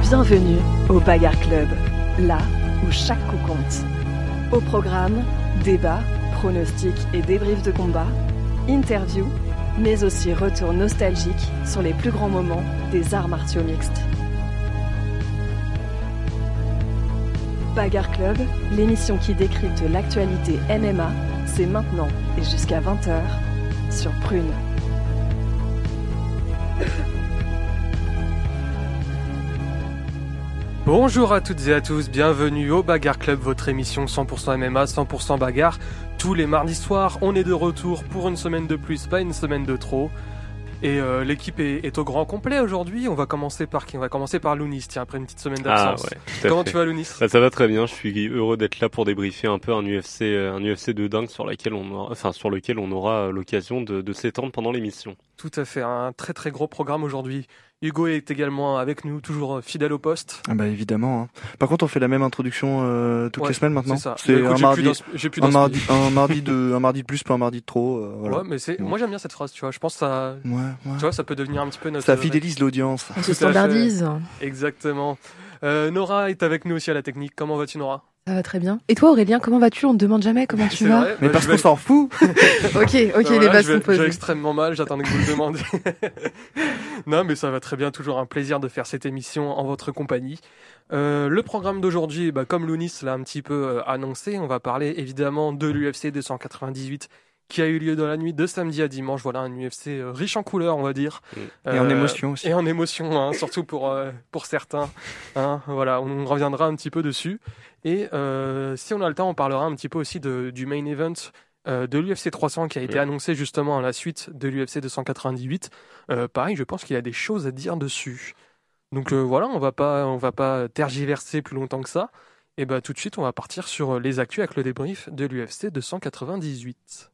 Bienvenue au Bagarre Club, là où chaque coup compte. Au programme, débats, pronostics et débriefs de combat, interviews, mais aussi retour nostalgique sur les plus grands moments des arts martiaux mixtes. Bagarre Club, l'émission qui décrypte l'actualité MMA, c'est maintenant et jusqu'à 20h sur Prune. Bonjour à toutes et à tous, bienvenue au Bagarre Club, votre émission 100% MMA, 100% bagarre. Tous les mardis soirs, on est de retour pour une semaine de plus, pas une semaine de trop. Et l'équipe est au grand complet aujourd'hui. On va commencer par Lounis, tiens, après une petite semaine d'absence. Ah ouais, Comment tu vas, Lounis ? Ça va très bien, je suis heureux d'être là pour débriefer un peu un UFC de dingue sur lequel on aura l'occasion de s'étendre pendant l'émission. Tout à fait, un très très gros programme aujourd'hui. Hugo est également avec nous, toujours fidèle au poste. Ah bah évidemment. Hein. Par contre, on fait la même introduction toutes les semaines maintenant. C'est ça. C'est écoute, un mardi de plus, pas un mardi de trop. Voilà. Ouais, mais moi j'aime bien cette phrase, tu vois. Je pense que ça, ouais. tu vois, ça peut devenir un petit peu notre. Ça fidélise l'audience. On se standardise. Exactement. Nora est avec nous aussi à la technique. Comment vas-tu, Nora ? Ça va très bien. Et toi, Aurélien, comment vas-tu ? On te demande jamais comment tu vas. Vrai, mais parce qu'on s'en fout. Ok, les bases sont posées. Je vais extrêmement mal, j'attendais que vous le demandiez. Non, mais ça va très bien, toujours un plaisir de faire cette émission en votre compagnie. Le programme d'aujourd'hui, comme Lounis l'a un petit peu annoncé, on va parler évidemment de l'UFC 298 qui a eu lieu dans la nuit de samedi à dimanche. Voilà, un UFC riche en couleurs, on va dire. Et en émotion aussi. Et en émotion, hein, surtout pour certains. Hein, voilà, on reviendra un petit peu dessus. Et si on a le temps, on parlera un petit peu aussi du main event de l'UFC 300 qui a été annoncé justement à la suite de l'UFC 298. Pareil, je pense qu'il y a des choses à dire dessus. Donc voilà, on va pas tergiverser plus longtemps que ça. Et tout de suite, on va partir sur les actus avec le débrief de l'UFC 298.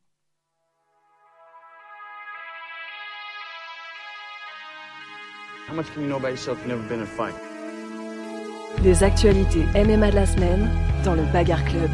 How much can you know about yourself? You've never been in a fight. Les actualités MMA de la semaine dans le Bagarre Club.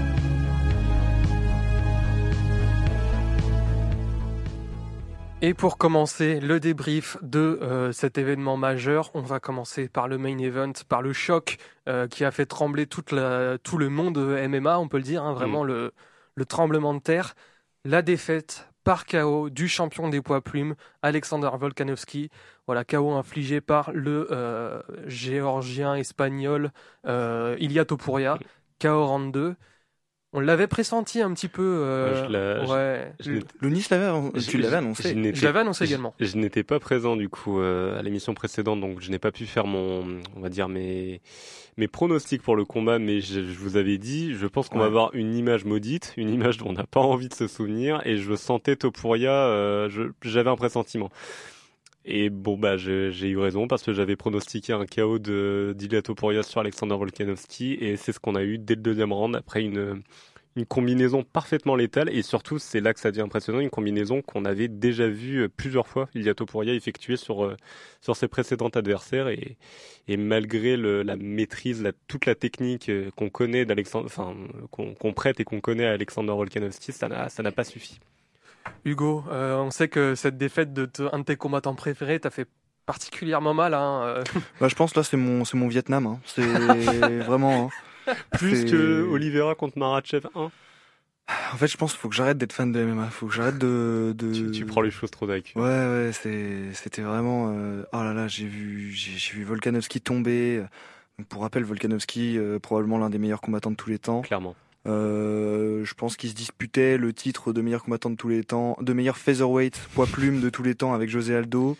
Et pour commencer le débrief de cet événement majeur, on va commencer par le main event, par le choc qui a fait trembler tout le monde MMA, on peut le dire, hein, vraiment le tremblement de terre, la défaite par KO du champion des poids plumes, Alexander Volkanovski. Voilà, KO infligé par le géorgien espagnol Ilia Topuria, KO round 2. On l'avait pressenti un petit peu. Lounis tu l'avais annoncé. Je l'avais annoncé également. Je n'étais pas présent du coup à l'émission précédente, donc je n'ai pas pu faire mes pronostics pour le combat, mais je vous avais dit, je pense qu'on va avoir une image maudite, une image dont on n'a pas envie de se souvenir, et je sentais Topuria, j'avais un pressentiment. Et j'ai eu raison parce que j'avais pronostiqué un KO d'Ilia Topuria sur Alexander Volkanovski, et c'est ce qu'on a eu dès le deuxième round après une combinaison parfaitement létale, et surtout c'est là que ça devient impressionnant, une combinaison qu'on avait déjà vue plusieurs fois Ilia Topuria effectuer sur ses précédents adversaires, et malgré la maîtrise, toute la technique qu'on connaît qu'on prête et qu'on connaît à Alexander Volkanovski, ça n'a pas suffi. Hugo, on sait que cette défaite un de tes combattants préférés t'a fait particulièrement mal. Hein. Je pense là c'est mon Vietnam. Hein. C'est vraiment. Hein. Plus que Oliveira contre Makhachev 1. En fait, je pense qu'il faut que j'arrête d'être fan de MMA. Faut que j'arrête de... Tu prends les choses trop d'actu. Ouais, c'était vraiment. Oh là là, j'ai vu Volkanovski tomber. Pour rappel, Volkanovski, probablement l'un des meilleurs combattants de tous les temps. Clairement. Je pense qu'il se disputait le titre de meilleur combattant de tous les temps, de meilleur featherweight poids plume de tous les temps avec José Aldo.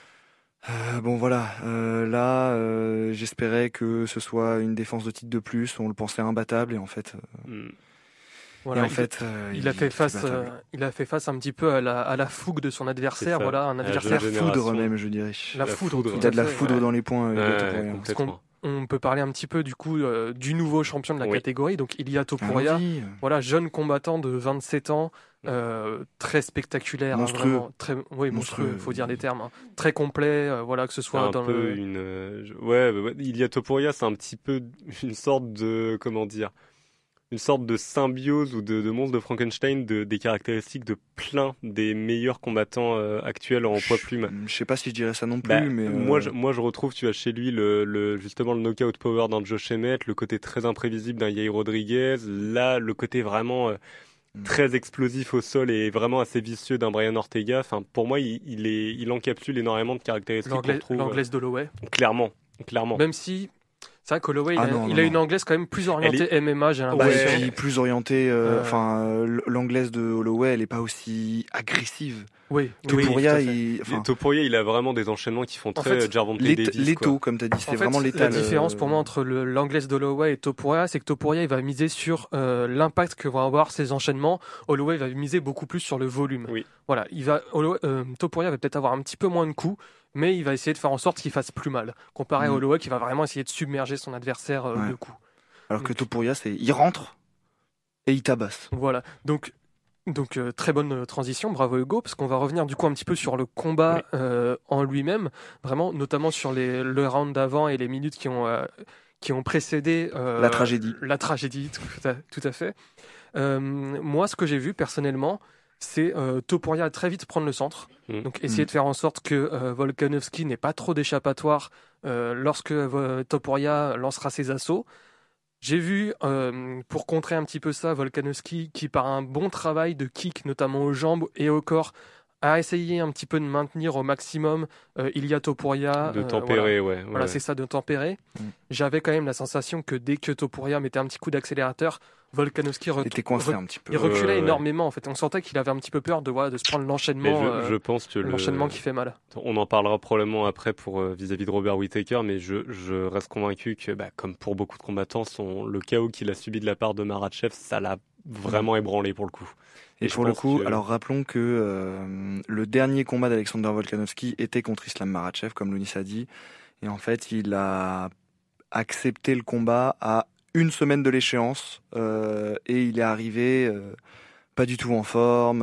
J'espérais que ce soit une défense de titre de plus. On le pensait imbattable, et en fait, voilà, il a fait face un petit peu à la fougue de son adversaire. Voilà, un adversaire foudre même, je dirais. La foudre. Il a de la foudre dans les points. On peut parler un petit peu du coup du nouveau champion de la catégorie, donc Ilia Topuria, voilà, jeune combattant de 27 ans, très spectaculaire, monstrueux, hein, vraiment, très monstrueux, faut dire les termes, hein, très complet, voilà, que ce soit dans le. Ilia Topuria, c'est un petit peu une sorte de, comment dire, une sorte de symbiose ou de monstre de Frankenstein des caractéristiques de plein des meilleurs combattants actuels en poids plume. Je sais pas si je dirais ça non plus, Bah, mais moi je retrouve, tu vois, chez lui justement le knockout power d'un Josh Emmett, le côté très imprévisible d'un Yair Rodriguez, là le côté vraiment très explosif au sol et vraiment assez vicieux d'un Brian Ortega. Enfin, pour moi, il encapsule énormément de caractéristiques qu'on retrouve. L'anglaise d'Holloway. Clairement. Même si c'est vrai qu'Holloway, non, il a une anglaise quand même plus orientée MMA, j'ai bah, l'impression. et puis plus orientée. L'anglaise de Holloway, elle est pas aussi agressive. Oui. Topuria, Topuria, il a vraiment des enchaînements qui font très Gervonta Davis. Létaux, comme tu as dit, c'est vraiment létal. La différence pour moi entre l'anglaise d'Holloway et Topuria, c'est que Topuria, il va miser sur l'impact que vont avoir ses enchaînements. Holloway va miser beaucoup plus sur le volume. Oui. Voilà, Topuria va peut-être avoir un petit peu moins de coups, mais il va essayer de faire en sorte qu'il fasse plus mal, comparé à Holloway qui va vraiment essayer de submerger son adversaire de coups. Alors que Topuria, il rentre et il tabasse. Voilà, donc très bonne transition, bravo Hugo, parce qu'on va revenir du coup un petit peu sur le combat en lui-même, vraiment, notamment sur le round d'avant et les minutes qui ont précédé la tragédie. La tragédie, tout à fait. Moi, ce que j'ai vu personnellement, c'est Topuria très vite prendre le centre, donc essayer de faire en sorte que Volkanovski n'ait pas trop d'échappatoire lorsque Topuria lancera ses assauts. J'ai vu, pour contrer un petit peu ça, Volkanovski qui, par un bon travail de kick, notamment aux jambes et au corps, a essayé un petit peu de maintenir au maximum Ilia Topuria. De tempérer, Voilà, c'est ça, de tempérer. J'avais quand même la sensation que dès que Topuria mettait un petit coup d'accélérateur, Volkanovski était coincé un petit peu. Il reculait énormément, en fait. On sentait qu'il avait un petit peu peur de se prendre l'enchaînement. Je pense que l'enchaînement qui fait mal. On en parlera probablement après pour vis-à-vis de Robert Whittaker, mais je reste convaincu que, comme pour beaucoup de combattants, le chaos qu'il a subi de la part de Makhachev, ça l'a vraiment ébranlé pour le coup. Et pour le coup, alors rappelons que le dernier combat d'Alexander Volkanovski était contre Islam Makhachev, comme Lounis a dit, et en fait, il a accepté le combat à une semaine de l'échéance et il est arrivé pas du tout en forme.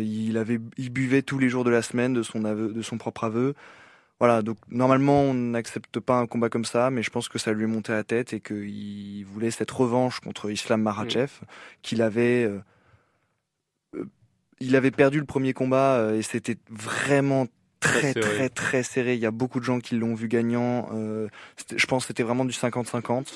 Il buvait tous les jours de la semaine de son propre aveu. Voilà, donc normalement on n'accepte pas un combat comme ça, mais je pense que ça lui est monté à la tête et qu'il voulait cette revanche contre Islam Makhachev qu'il avait. Il avait perdu le premier combat et c'était vraiment très serré. Il y a beaucoup de gens qui l'ont vu gagnant. Je pense que c'était vraiment du 50-50.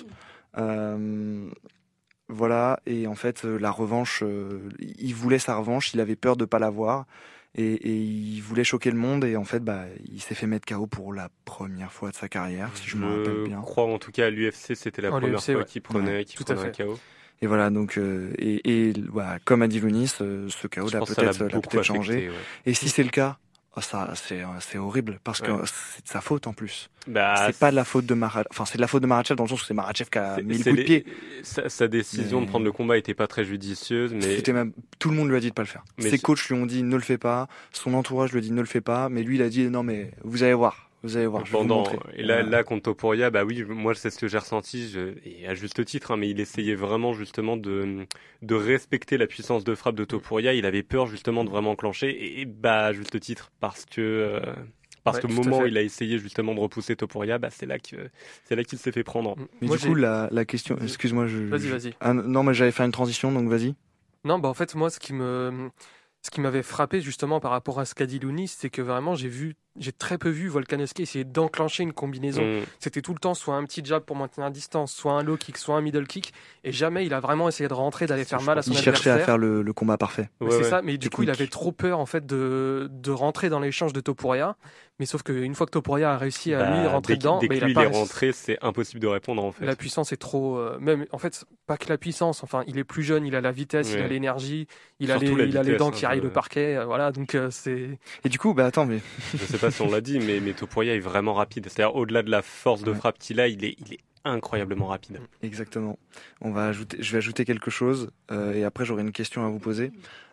Voilà, et en fait la revanche, il voulait sa revanche, il avait peur de pas l'avoir et il voulait choquer le monde et en fait il s'est fait mettre KO pour la première fois de sa carrière, si je me rappelle bien. Je crois en tout cas à l'UFC c'était la première fois qu'il prenait un KO. Et voilà, donc voilà, comme a dit Lounis, ce KO l'a peut-être changé. Et si c'est le cas, c'est horrible parce que c'est de sa faute en plus. C'est pas de la faute de Makhachev. Enfin, c'est de la faute de Makhachev dans le sens où c'est Makhachev qui a mis le coup de pied. Sa décision de prendre le combat était pas très judicieuse, mais tout le monde lui a dit de pas le faire. Ses coachs lui ont dit ne le fais pas. Son entourage lui a dit ne le fais pas. Mais lui, il a dit non, mais vous allez voir. Je vais vous montrer. Et là, contre Topuria, moi, c'est ce que j'ai ressenti, et à juste titre, mais il essayait vraiment, justement, de respecter la puissance de frappe de Topuria. Il avait peur, justement, de vraiment enclencher, et à juste titre, parce que au moment où il a essayé, justement, de repousser Topuria, c'est là qu'il s'est fait prendre. Mais du coup, la question, excuse-moi, Vas-y. Non, mais j'allais faire une transition, donc vas-y. Non, en fait, moi, ce qui m'avait frappé justement par rapport à ce qu'a dit Lounis, c'est que vraiment j'ai très peu vu Volkanovski essayer d'enclencher une combinaison. C'était tout le temps soit un petit jab pour maintenir la distance, soit un low kick, soit un middle kick, et jamais il a vraiment essayé de rentrer, d'aller faire mal à son adversaire. Il cherchait à faire le combat parfait. C'est ça, mais du coup il avait trop peur en fait de rentrer dans l'échange de Topuria. Mais sauf qu'une fois que Topuria a réussi à lui rentrer dedans, dès que lui il est rentré, c'est impossible de répondre en fait. La puissance est trop, même en fait pas que la puissance. Enfin, il est plus jeune, il a la vitesse, il a l'énergie, il a les dents qui arrivent le parquet. Voilà, donc c'est. Et du coup, attends, mais je sais pas si on l'a dit, mais Topuria est vraiment rapide. C'est-à-dire au-delà de la force de frappe qu'il a, il est incroyablement rapide. Exactement. Je vais ajouter quelque chose et après j'aurai une question à vous poser.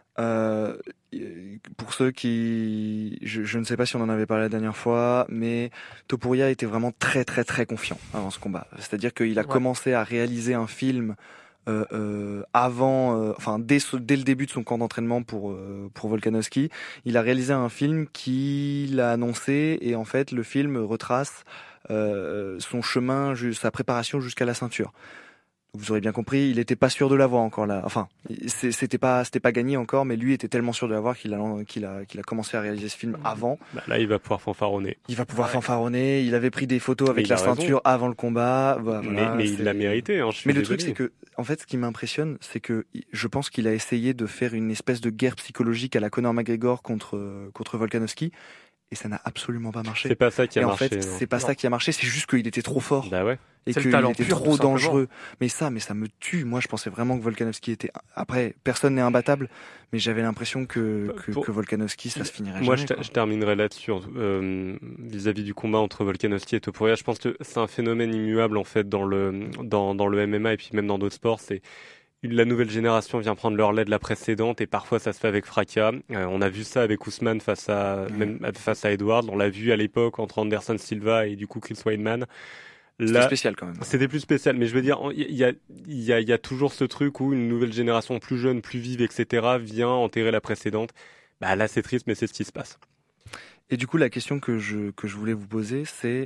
Pour ceux qui, je ne sais pas si on en avait parlé la dernière fois, mais Topuria était vraiment très très très confiant avant ce combat. C'est-à-dire qu'il a commencé à réaliser un film avant, dès le début de son camp d'entraînement pour Volkanovski, il a réalisé un film qu'il a annoncé et en fait le film retrace son chemin, sa préparation jusqu'à la ceinture. Vous aurez bien compris, il était pas sûr de l'avoir encore là. Enfin, c'était pas gagné encore, mais lui était tellement sûr de l'avoir qu'il a commencé à réaliser ce film avant. Bah là, il va pouvoir fanfaronner. Il va pouvoir fanfaronner. Il avait pris des photos avec la ceinture avant le combat. Voilà, mais il l'a mérité. Hein, mais le truc, c'est que, en fait, ce qui m'impressionne, c'est que je pense qu'il a essayé de faire une espèce de guerre psychologique à la Conor McGregor contre Volkanovski. Et ça n'a absolument pas marché. C'est pas ça qui a marché. En fait, c'est pas ça qui a marché. C'est juste qu'il était trop fort. Bah ouais. Et qu'il était trop dangereux. Mais ça me tue. Moi, je pensais vraiment que Volkanovski était. Après, personne n'est imbattable, mais j'avais l'impression que Volkanovski, ça se finirait jamais. Moi, je terminerai là-dessus vis-à-vis du combat entre Volkanovski et Topuria. Je pense que c'est un phénomène immuable en fait dans le MMA et puis même dans d'autres sports. C'est la nouvelle génération vient prendre le relais de la précédente et parfois ça se fait avec fracas. On a vu ça avec Ousmane face à Edwards. On l'a vu à l'époque entre Anderson Silva et du coup Chris Weidman. C'était spécial quand même. C'était plus spécial, mais je veux dire, il y a toujours ce truc où une nouvelle génération plus jeune, plus vive, etc. vient enterrer la précédente. Bah là c'est triste, mais c'est ce qui se passe. Et du coup la question que je voulais vous poser, c'est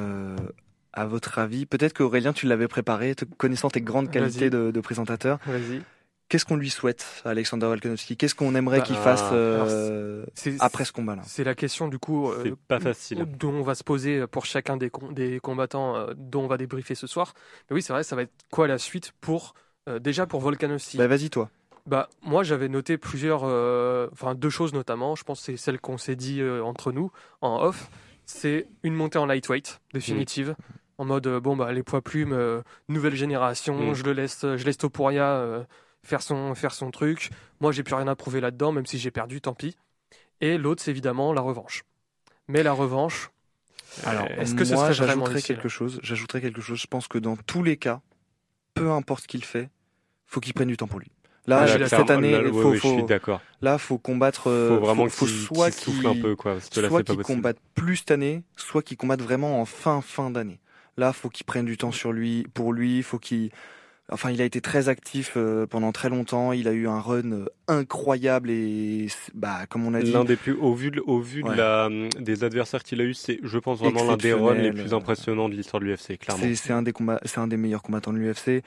à votre avis, peut-être qu'Aurélien, tu l'avais préparé, connaissant tes grandes qualités de présentateur. Vas-y. Qu'est-ce qu'on lui souhaite à Alexander Volkanovski ? Qu'est-ce qu'on aimerait qu'il fasse après ce combat-là ? C'est la question du coup c'est pas facile. Dont on va se poser pour chacun des combattants dont on va débriefer ce soir. Mais oui, c'est vrai, ça va être quoi la suite pour déjà pour Volkanovski ? Bah vas-y toi. Moi j'avais noté deux choses notamment. Je pense que c'est celle qu'on s'est dit entre nous en off. C'est une montée en lightweight définitive. En mode les poids plumes, nouvelle génération, je laisse Topuria faire son truc. Moi j'ai plus rien à prouver là-dedans, même si j'ai perdu, tant pis. Et l'autre c'est évidemment la revanche. Mais la revanche, alors est-ce que ce serait vraiment j'ajouterais quelque chose. Je pense que dans tous les cas, peu importe ce qu'il fait, faut qu'il prenne du temps pour lui. Là, cette année, je suis d'accord. Là, faut combattre. Faut vraiment qu'il souffle un peu, quoi. Soit qu'il combatte plus cette année, soit qu'il combatte vraiment en fin d'année. Là, faut qu'il prenne du temps sur lui, pour lui. Faut qu'il. Enfin, il a été très actif pendant très longtemps. Il a eu un run incroyable et, comme on a dit, l'un des plus au vu des adversaires qu'il a eu, c'est, je pense, vraiment l'un des runs les plus impressionnants de l'histoire de l'UFC, clairement. C'est un des meilleurs combattants de l'UFC.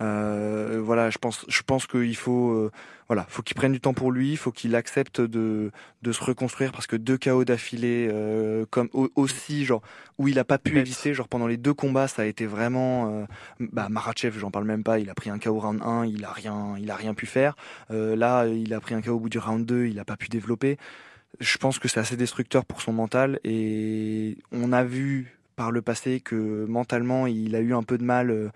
Je pense qu'il faut, faut qu'il prenne du temps pour lui, il faut qu'il accepte de se reconstruire parce que 2 KO d'affilée, comme aussi genre où il a pas pu exister, genre pendant les 2 combats, ça a été vraiment, Makhachev, j'en parle même pas, il a pris un KO round 1, il a rien pu faire. Là, il a pris un KO au bout du round 2, il a pas pu développer. Je pense que c'est assez destructeur pour son mental et on a vu par le passé que mentalement il a eu un peu de mal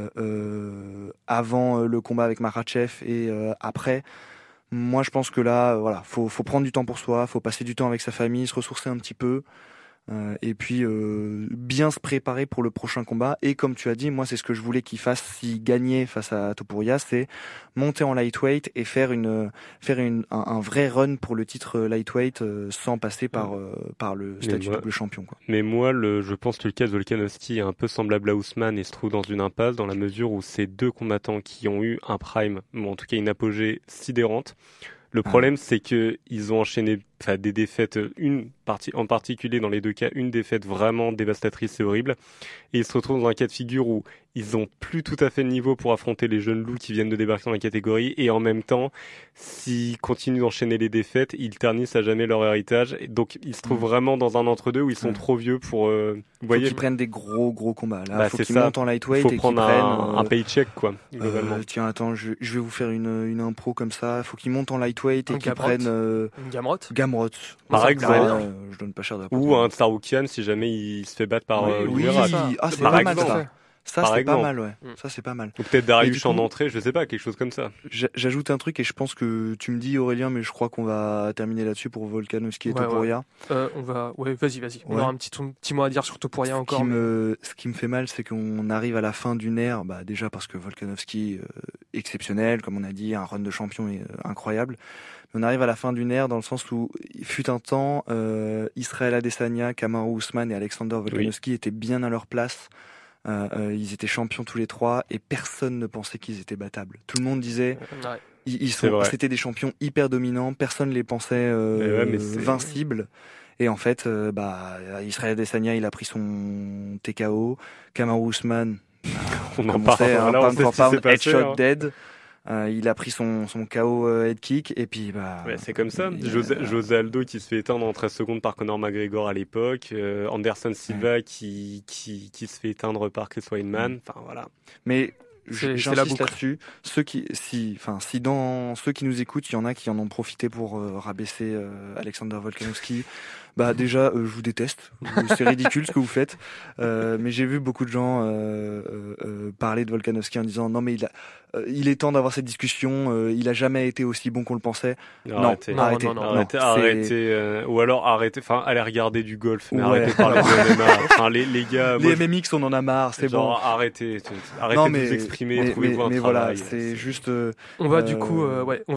avant le combat avec Makhachev et après. Moi je pense que là faut prendre du temps pour soi, faut passer du temps avec sa famille, se ressourcer un petit peu et puis bien se préparer pour le prochain combat. Et comme tu as dit, moi c'est ce que je voulais qu'il fasse s'il gagnait face à Topuria, c'est monter en lightweight et faire un vrai run pour le titre lightweight sans passer par le statut double champion, quoi. Mais moi je pense que le cas de Volkanovski est un peu semblable à Ousmane et se trouve dans une impasse dans la mesure où ces 2 combattants qui ont eu un prime, ou en tout cas une apogée sidérante. Le problème, c'est que ils ont enchaîné des défaites, en particulier dans les 2 cas, une défaite vraiment dévastatrice et horrible. Et ils se retrouvent dans un cas de figure où ils ont plus tout à fait le niveau pour affronter les jeunes loups qui viennent de débarquer dans la catégorie. Et en même temps, s'ils continuent d'enchaîner les défaites, ils ternissent à jamais leur héritage. Et donc, ils se trouvent vraiment dans un entre-deux où ils sont trop vieux pour, faut qu'ils prennent des gros combats. Là, faut qu'ils montent en lightweight et qu'ils prennent un paycheck, quoi, globalement. Tiens, attends, je vais vous faire une impro comme ça. Faut qu'ils montent en lightweight et qu'ils prennent, une Gamrot. Par exemple. Je donne pas cher de ou un Tsaroukian si jamais il se fait battre par Oliveira. C'est pas mal ça. Ça, c'est pas mal, ouais. Ça, c'est pas mal. Ou peut-être Darius en entrée, je sais pas, quelque chose comme ça. J'ajoute un truc et je pense que tu me dis, Aurélien, mais je crois qu'on va terminer là-dessus pour Volkanovski et Topuria. Vas-y. On aura un petit mot à dire sur Topuria encore. Ce qui me fait mal, c'est qu'on arrive à la fin d'une ère, déjà parce que Volkanovski, exceptionnel, comme on a dit, un run de champion incroyable. On arrive à la fin d'une ère dans le sens où, il fut un temps, Israël Adesanya, Kamaru Usman et Alexander Volkanovski étaient bien à leur place. Ils étaient champions tous les 3 et personne ne pensait qu'ils étaient battables. Tout le monde disait c'était des champions hyper dominants, personne les pensait vincibles. Et en fait, Israël Adesanya, il a pris son TKO. Kamaru Usman, On en Comme on parle. sait, Voilà, on pound sait for ce qui s'est pound, passé, headshot hein. dead. Il a pris son KO head kick et puis Ouais, c'est comme ça. il- José Aldo qui se fait éteindre en 13 secondes par Conor McGregor à l'époque. Anderson Silva qui se fait éteindre par Chris Weidman. Enfin voilà. Mais C'est la j'insiste boucle. là-dessus. Si dans ceux qui nous écoutent, il y en a qui en ont profité pour rabaisser Alexander Volkanovski, bah déjà, je vous déteste. C'est ridicule ce que vous faites. Mais j'ai vu beaucoup de gens parler de Volkanovski en disant non mais il est temps d'avoir cette discussion. Il a jamais été aussi bon qu'on le pensait. Arrêtez. Non, arrêtez. non, non, Non, Arrêtez. Ou alors arrêtez. Enfin, allez regarder du golf, mais Ouais. arrêtez de parler de MMA. Enfin, les gars. Les moi, MMX, on en a marre. C'est bon. genre, arrêtez Non, de vous exprimer. Trouvez-vous un mais travail. voilà, c'est juste. On va du coup,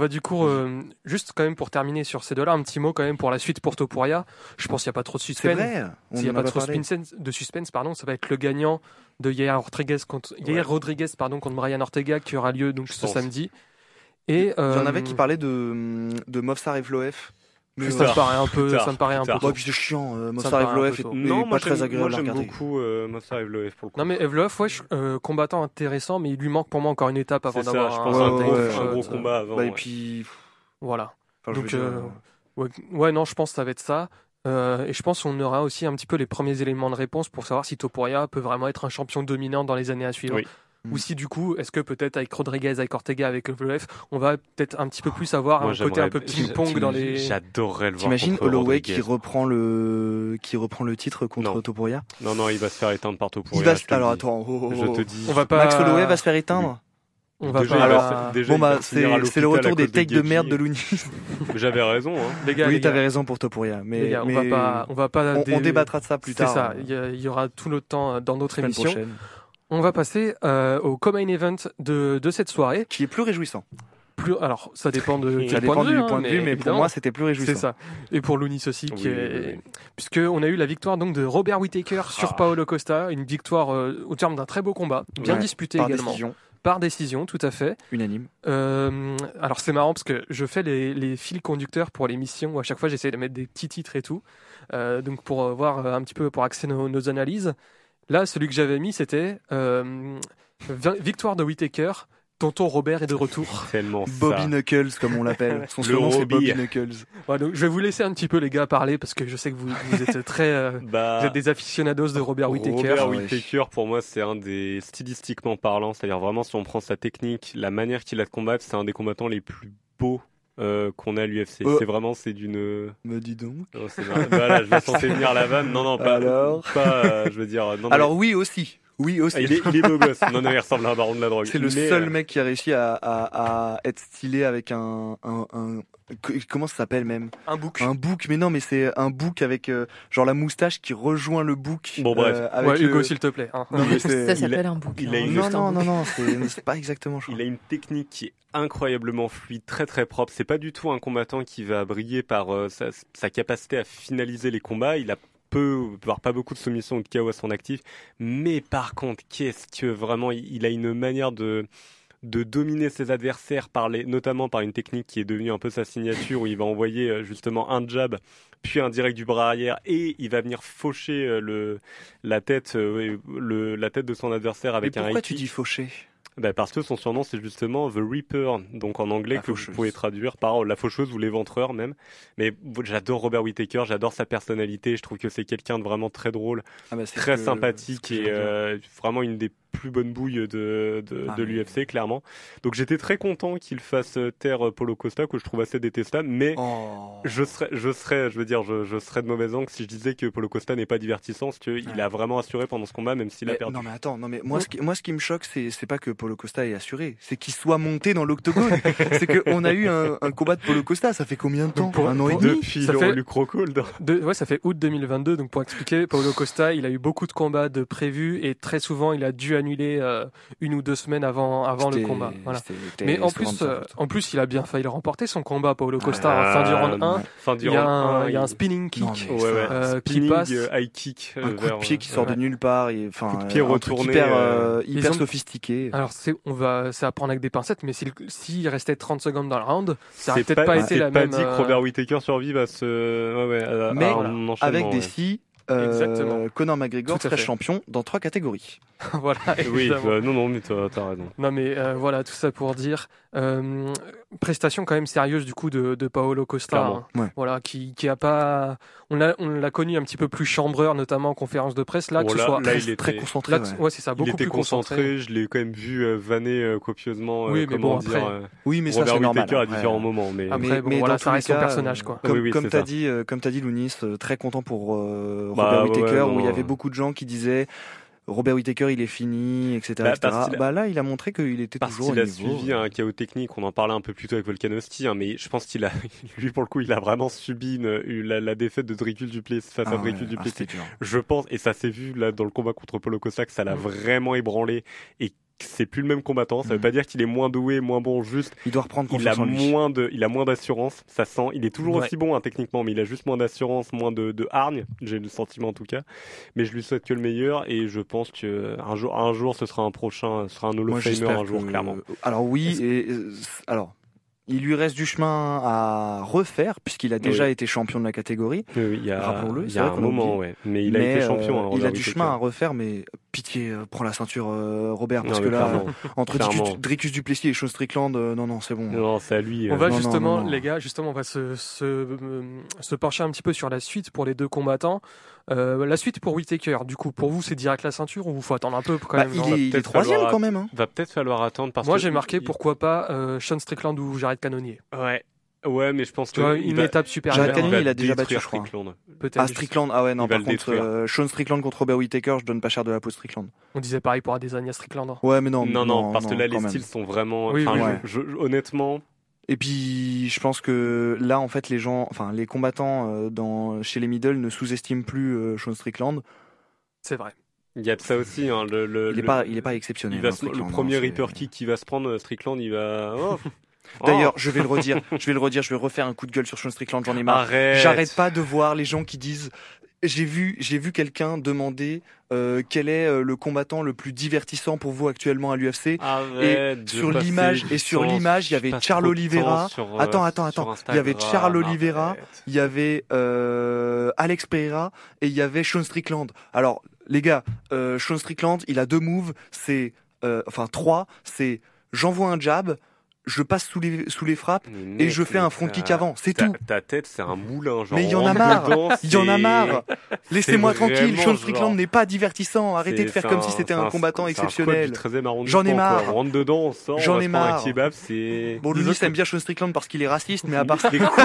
juste quand même pour terminer sur ces deux-là, un petit mot quand même pour la suite pour Topuria. Je pense qu'il n'y a pas trop de C'est suspense. vrai. On S'il n'y a en pas a trop parlé. de suspense, pardon, ça va être le gagnant de Yair Rodriguez contre Brian Ortega qui aura lieu donc Je ce pense. samedi. Et Il y en avait qui parlaient de Movsar Evloev. Mais ça me tard, paraît un peu, plus tard, ça me paraît un plus peu tard. tôt. Ouais, puis c'est chiant. me Movsar paraît un Evloev peu tôt. Non, est moi pas très moi agréable à j'aime regarder. beaucoup Movsar Evloev pour le coup. Non mais Evloev, combattant intéressant, mais il lui manque pour moi encore une étape avant C'est ça, d'avoir je pense Ouais, un ouais, gros ouais. combat avant. Bah, et ouais. puis. Voilà. Enfin, Donc, je veux dire, Ouais, non, je pense que ça va être ça. Et je pense qu'on aura aussi un petit peu les premiers éléments de réponse pour savoir si Topuria peut vraiment être un champion dominant dans les années à suivre. Oui. Ou si du coup, est-ce que peut-être avec Rodriguez, avec Ortega, avec Evloev, on va peut-être un petit peu plus avoir Moi, un côté un peu j'aimerais- ping-pong dans les... J'adorerais le voir. T'imagines contre Holloway Rodriguez. qui reprend le titre contre Non. Topuria? Non, il va se faire éteindre par Topuria. Il va je te le alors dis. attends, Je te dis. On va pas... Max Holloway va se faire éteindre? On va Déjà, pas... il va- Alors, déjà, Bon il va bah finir à c'est le l'hôpital retour à des cause takes de Gaethje. merde de Looney. J'avais raison. Hein. les gars, Oui, les gars, t'avais raison pour Topuria, mais les gars, mais on va pas on débattra de ça plus C'est tard. ça, il y aura tout notre temps dans notre semaine émission. prochaine. On va passer au co-main event de cette soirée. Qui est plus réjouissant. Alors, ça dépend de Ça quel Ça dépend point de vue, du hein, point de vue, mais pour évidemment, moi c'était plus réjouissant. c'est ça. Et pour Lounis aussi, Oui. puisqu'on a eu la victoire donc de Robert Whittaker sur Ah. Paolo Costa, une victoire au terme d'un très beau combat, bien Ouais, disputé Par également, décision par décision, tout à fait. unanime. Alors c'est marrant parce que je fais les fils conducteurs pour l'émission où à chaque fois j'essaie de mettre des petits titres et tout, donc pour voir un petit peu pour axer nos analyses. Là, celui que j'avais mis c'était victoire de Whittaker. Tonton Robert est de retour. Tellement Bobby ça. Knuckles comme on l'appelle. Son Le surnom c'est Robbie. Bobby Knuckles. Ouais, donc, je vais vous laisser un petit peu les gars parler parce que je sais que vous êtes très vous Bah, êtes des aficionados de Robert Whittaker. Robert ouais. Whittaker, pour moi, c'est un des stylistiquement parlant, c'est-à-dire vraiment si on prend sa technique, la manière qu'il a de combattre, c'est un des combattants les plus beaux qu'on a à l'UFC. Oh. C'est d'une. Me dis donc. Oh, voilà, je vais censé venir la vanne. Non, pas. Alors Je veux dire. Non, Alors oui aussi. Oui aussi. il est beau gosse. Non, il ressemble à un baron de la drogue. C'est le Mais, seul mec qui a réussi à être stylé avec un comment ça s'appelle même Un bouc. un bouc, mais non mais c'est un bouc avec genre la moustache qui rejoint le bouc. Bon, bref. avec Ouais, Hugo, le- s'il te plaît. Hein. Non, mais c'est- Ça s'appelle un bouc. il a hein. une- non, c'est pas exactement. Je crois. Il a une technique qui est incroyablement fluide, très très propre. C'est pas du tout un combattant qui va briller par sa capacité à finaliser les combats. Il a voire pas beaucoup de soumissions ou de KO à son actif. Mais par contre, qu'est-ce que vraiment, il a une manière de dominer ses adversaires notamment par une technique qui est devenue un peu sa signature où il va envoyer justement un jab puis un direct du bras arrière et il va venir faucher la tête de son adversaire avec Mais un pourquoi high tu kick. dis fauché? Bah parce que son surnom c'est justement The Reaper, donc en anglais La que vous faucheuse. pouvez traduire par la faucheuse ou l'éventreur même. Mais j'adore Robert Whittaker, j'adore sa personnalité, je trouve que c'est quelqu'un de vraiment très drôle, Ah bah, c'est très ce que- sympathique ce que et j'allais dire. vraiment une des plus bonnes bouilles de Ah, mais- l'UFC clairement. Donc j'étais très content qu'il fasse taire Paulo Costa que je trouve assez détestable, mais Oh. je serais de mauvaise langue si je disais que Paulo Costa n'est pas divertissant, parce qu'il Ouais. a vraiment assuré pendant ce combat, même s'il a Mais- perdu. non mais attends, non mais moi ce qui me choque c'est pas que Paulo Costa est assuré, c'est qu'il soit monté dans l'octogone. C'est que on a eu un combat de Paulo Costa, ça fait combien de temps? Un an et demi. Depuis Ça le fait- Luke Rockhold. Ouais, ça fait août 2022. Donc pour expliquer, Paulo Costa, il a eu beaucoup de combats de prévus et très souvent il a dû annuler 1 ou 2 semaines avant le C'était- combat. Voilà. c'était Mais en souvent de plus, sa faute. il a bien failli le remporter son combat, Paulo Costa, fin du round 1. Fin du Il y a round 1, il y a un spinning kick. Non, mais Ouais, ouais. qui Spinning, passe. high kick. un coup de pied qui sort ouais. de nulle part, et enfin Coup de pied un truc retourné, hyper Ils hyper ont- sophistiqué. Alors c'est à prendre avec des pincettes, mais s'il restait 30 secondes dans le round, ça aurait C'est peut-être pas été c'est la pas même. dit que Robert Whittaker survive à ce, Mais un enchaînement, avec des ouais. si Conor McGregor serait champion dans 3 catégories. Voilà, oui, non, mais t'as raison. Non, mais voilà, tout ça pour dire prestation quand même sérieuse du coup de Paulo Costa, hein, ouais. voilà, qui a pas, on l'a connu un petit peu plus chambreur, notamment en conférence de presse, là, il était très concentré. Ouais, c'est ça, beaucoup il était plus concentré. Je l'ai quand même vu vanner copieusement. Oui, mais bon, après. Oui, mais ça c'est normal. Whittaker à différents moments, mais après, bon, voilà, ça reste son personnage, quoi. Comme t'as dit, Lounis, très content pour Robert Whittaker, où il y avait beaucoup de gens qui disaient Robert Whittaker, il est fini, etc. Là, il a montré qu'il était toujours au niveau. Parce qu'il a suivi un chaos technique. On en parlait un peu plus tôt avec Volkanovski, mais je pense qu'il a, lui pour le coup, il a vraiment subi la défaite de Dricus du Plessis face à Dricus du Plessis. Je pense, et ça s'est vu là dans le combat contre Paulo Costa, que ça l'a vraiment ébranlé et c'est plus le même combattant. Ça veut pas dire qu'il est moins doué, moins bon, juste. Il doit reprendre confiance en lui. Il a moins d'assurance. Ça sent. Il est toujours aussi bon techniquement, mais il a juste moins d'assurance, moins de hargne. J'ai le sentiment en tout cas. Mais je lui souhaite que le meilleur et je pense que un jour, ce sera un Hall of Famer un jour clairement. Alors oui, alors. Il lui reste du chemin à refaire puisqu'il a déjà été champion de la catégorie. Oui, il y a un moment, mais il a été champion. Il a du chemin à refaire, mais pitié, prends la ceinture, Robert, parce que là, entre Dricus du Plessis et Sean Strickland, non, c'est bon. Non, c'est à lui. On va les gars, on va se pencher un petit peu sur la suite pour les deux combattants. La suite pour Whittaker, du coup, pour vous, c'est direct la ceinture ou faut attendre un peu quand même? Il est troisième quand même. Va peut-être falloir attendre parce que moi j'ai marqué pourquoi pas Sean Strickland ou Jared Cannonier. Ouais, mais je pense que une étape supérieure. Jared Cannonier, il a déjà battu Strickland. Peut-être. Strickland, non. Par contre, Sean Strickland contre Robert Whittaker, je donne pas cher de la peau Strickland. On disait pareil pour Adesanya Strickland. Ouais, mais non. Non, parce que là les styles sont vraiment. Honnêtement. Et puis, je pense que là, en fait, les combattants chez les middle ne sous-estiment plus Sean Strickland. C'est vrai. Il y a de ça aussi. Hein, il est pas exceptionnel. Le premier Reaper Kick qu'il va se prendre, Strickland, il va. D'ailleurs, je vais le redire. Je vais refaire un coup de gueule sur Sean Strickland. J'en ai marre. J'arrête pas de voir les gens qui disent. J'ai vu quelqu'un demander quel est le combattant le plus divertissant pour vous actuellement à l'UFC. Et sur l'image, il y avait Charles Oliveira. Attends. Il y avait Charles Oliveira, il y avait Alex Pereira et il y avait Sean Strickland. Alors les gars, Sean Strickland, il a 2 moves, c'est 3, c'est j'envoie un jab, je passe sous les frappes et je fais un front kick avant, c'est tout. Ta tête, c'est un moulin, genre. Mais il y en a marre. Laissez-moi tranquille. Sean Strickland n'est pas divertissant. Arrêtez de faire comme si c'était un combattant exceptionnel. J'en ai marre. On rentre dedans, on sort. J'en ai marre. Un kebab, c'est. Bon, Louis aime bien Sean Strickland parce qu'il est raciste, mais à part ça.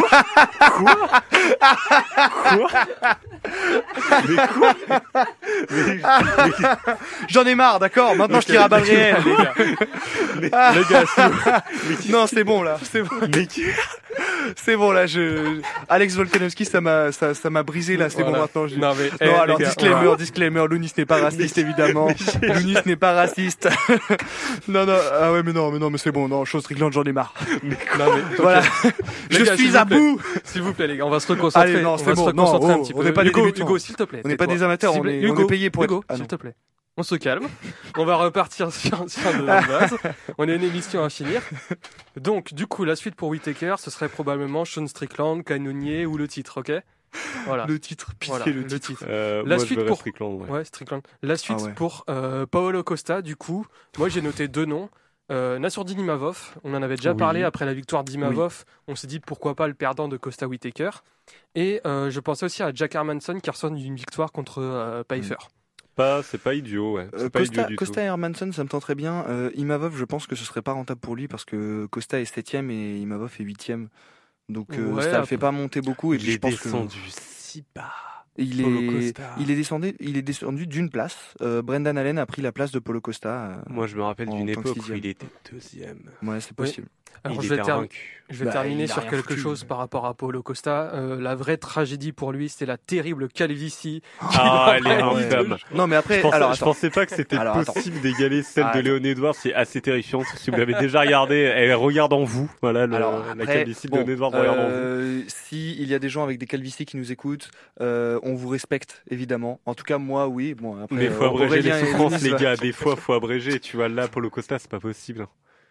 J'en ai marre, d'accord. Maintenant, je tire à balles réelles, les gars. Non, c'est bon là, c'est bon. C'est bon là, Alex Volkanovski, ça m'a brisé là, c'est bon maintenant. Non, alors disclaimer, Lounis n'est pas raciste évidemment. Lounis n'est pas raciste. Non, mais c'est bon, non, Sean Strickland, j'en ai marre. Voilà. Je suis à bout. S'il vous plaît les gars, on va se reconcentrer. Allez, non, c'est bon. Un petit peu. On n'est pas des débutants. Hugo, s'il te plaît. On n'est pas des amateurs, on est payé pour Hugo, s'il te plaît. On se calme. On va repartir sur de la base. On a une émission à finir. Donc, du coup, la suite pour Whittaker, ce serait probablement Sean Strickland, Cannonier ou le titre, ok? Voilà. Le titre, pitié, le titre. La suite pour Strickland. Ouais, Strickland. La suite pour Paulo Costa, du coup, moi j'ai noté 2 noms. Nassourdine Imavov, on en avait déjà parlé après la victoire d'Imavov. On s'est dit pourquoi pas le perdant de Costa Whittaker. Et je pensais aussi à Jack Hermansson qui ressort d'une victoire contre Pfeiffer. C'est pas idiot, ouais. Costa et Hermansson, ça me tenterait bien. Imavov, je pense que ce serait pas rentable pour lui parce que Costa est 7ème et Imavov est 8ème. Donc ça le fait pas monter beaucoup. Et il est descendu si bas. Il est descendu d'une place. Brendan Allen a pris la place de Paulo Costa. Moi, je me rappelle d'une époque où il était 2e. Ouais, c'est possible. Alors, je vais terminer sur quelque chose par rapport à Paulo Costa. La vraie tragédie pour lui, c'était la terrible calvitie. Elle est infâme. Non, mais après, je pensais pas que c'était possible d'égaler celle de Léon Edwards. C'est assez terrifiant. Si vous l'avez déjà regardé, elle regarde en vous. Voilà, la calvitie de Léon Edwards regarde en vous. Si il y a des gens avec des calvities qui nous écoutent, on vous respecte, évidemment. En tout cas, moi, oui. Bon, après, mais faut abréger les souffrances, les gars. Des fois, faut abréger. Tu vois, là, Paulo Costa, c'est pas possible.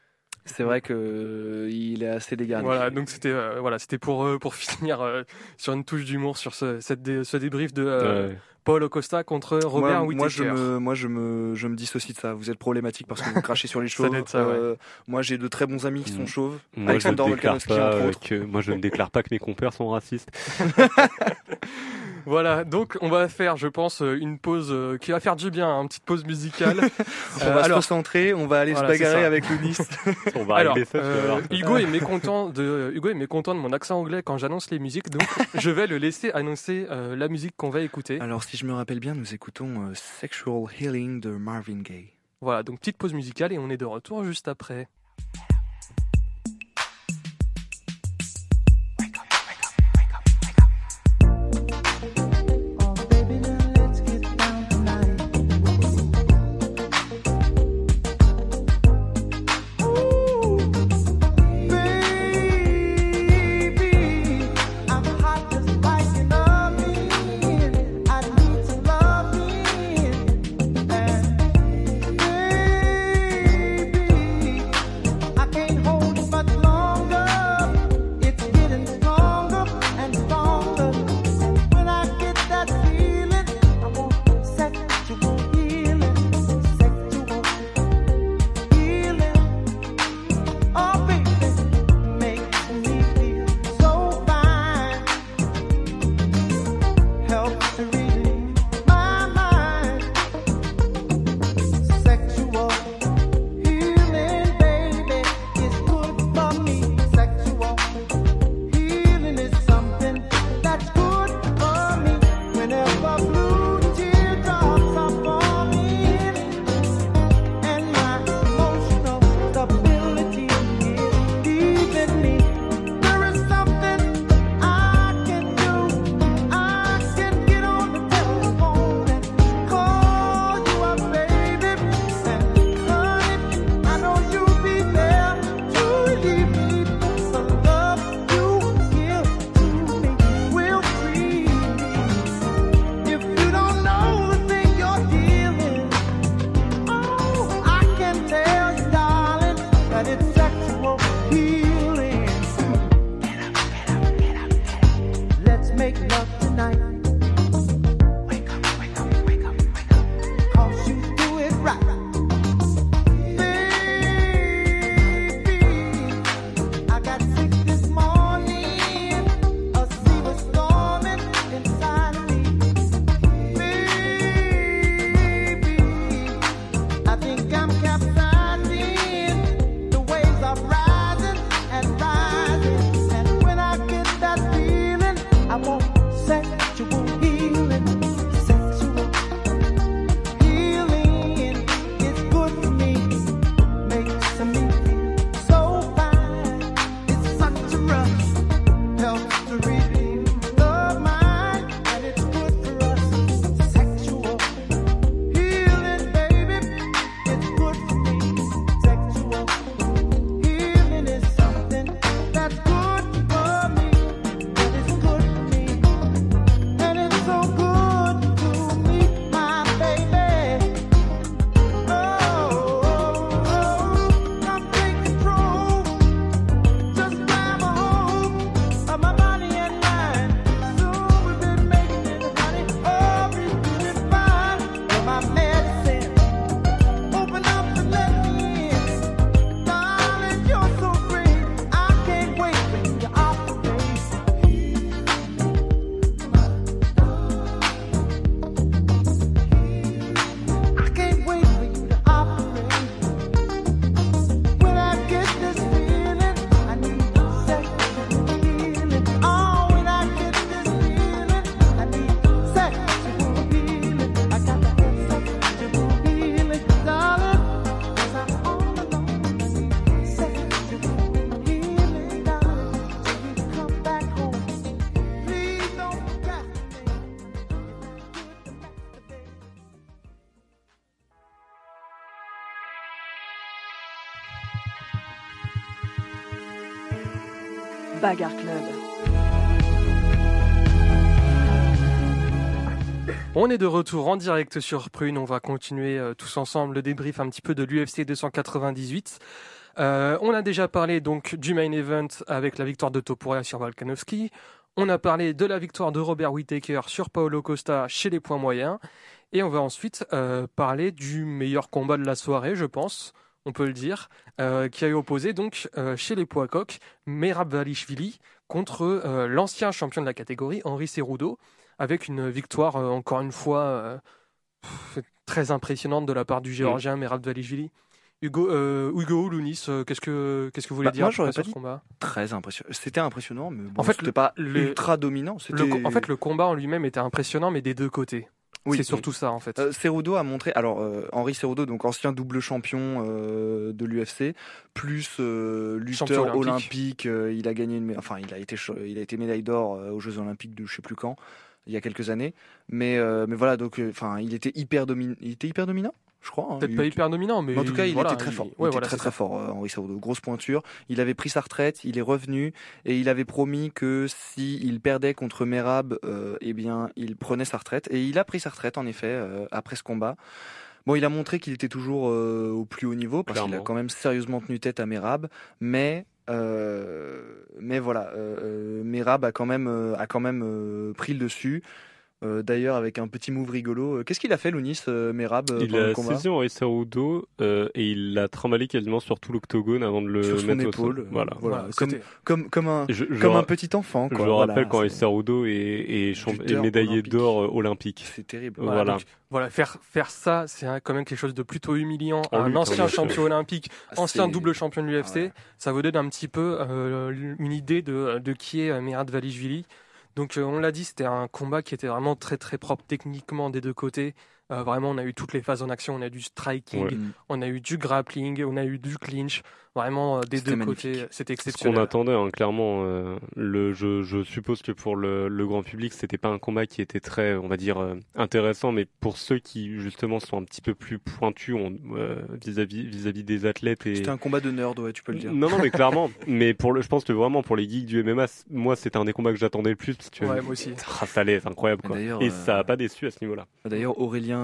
C'est vrai que il est assez dégarni. Voilà, donc c'était pour finir sur une touche d'humour sur ce débrief de Paulo Costa contre Robert Whittaker. Moi, je me dissocie de ça. Vous êtes problématique parce que vous crachez sur les chauves. Moi, j'ai de très bons amis qui sont chauves. Alexander Volkanovski, entre autres. Moi, je ne déclare pas que mes compères sont racistes. Voilà, donc on va faire, je pense, une pause qui va faire du bien, une petite pause musicale. On va se recentrer, on va aller se bagarrer avec Lounis. On va régler ça. Hugo est mécontent de mon accent anglais quand j'annonce les musiques, donc je vais le laisser annoncer la musique qu'on va écouter. Alors, si je me rappelle bien, nous écoutons Sexual Healing de Marvin Gaye. Voilà, donc petite pause musicale et on est de retour juste après. Bagarre Club. On est de retour en direct sur Prune, on va continuer tous ensemble le débrief un petit peu de l'UFC 298. On a déjà parlé donc du main event avec la victoire de Topuria sur Volkanovski. On a parlé de la victoire de Robert Whittaker sur Paulo Costa chez les poids moyens. Et on va ensuite parler du meilleur combat de la soirée, je pense, on peut le dire, qui a opposé donc chez les poids coqs Merab Dvalishvili contre l'ancien champion de la catégorie, Henry Cejudo, avec une victoire encore une fois très impressionnante de la part du Géorgien Merab Dvalishvili. Hugo Lounis, qu'est-ce que vous voulez dire moi, sur ce combat? Très impressionnant. C'était impressionnant, mais bon, en fait, c'était pas ultra dominant. En fait, le combat en lui-même était impressionnant, mais des deux côtés. Oui, c'est surtout ça, en fait. Cejudo a montré... Alors, Henry Cejudo, donc ancien double champion de l'UFC, plus lutteur olympique. Il a gagné il a été médaille d'or aux Jeux Olympiques de je sais plus quand, il y a quelques années. Mais voilà, donc il était hyper dominant, je crois. Peut-être pas hyper dominant, mais en tout cas, il était très fort. Il était très fort, Henry Cejudo. Grosse pointure. Il avait pris sa retraite, il est revenu et il avait promis que s'il perdait contre Merab, il prenait sa retraite. Et il a pris sa retraite, en effet, après ce combat. Bon, il a montré qu'il était toujours au plus haut niveau parce qu'il a quand même sérieusement tenu tête à Merab, mais voilà, Merab a quand même pris le dessus. D'ailleurs, avec un petit move rigolo. Qu'est-ce qu'il a fait, Lounis, Merab, pendant le combat ? Il a saisi Henry Cejudo et il l'a trimballé quasiment sur tout l'octogone avant de le mettre au sol. Voilà. Comme un petit enfant. Quoi. Je rappelle qu'Henry Cejudo est médaillé d'or olympique. C'est terrible. Voilà, faire ça, c'est quand même quelque chose de plutôt humiliant. Un ancien champion olympique, ancien double champion de l'UFC, ça vous donne un petit peu une idée de qui est Merab Dvalishvili. Donc on l'a dit, c'était un combat qui était vraiment très très propre techniquement des deux côtés. Vraiment, on a eu toutes les phases en action, on a eu du striking, on a eu du grappling, on a eu du clinch. Vraiment, des deux côtés, c'était exceptionnel. Ce qu'on attendait, clairement. Je suppose que pour le grand public, c'était pas un combat qui était très, on va dire, intéressant, mais pour ceux qui justement sont un petit peu plus pointus vis-à-vis des athlètes. C'était un combat de nerd, ouais, tu peux le dire. Non, mais clairement. Mais je pense que vraiment pour les geeks du MMA, moi, c'était un des combats que j'attendais le plus parce que moi aussi. Ça allait, c'est incroyable, quoi. Et ça a pas déçu à ce niveau-là. D'ailleurs,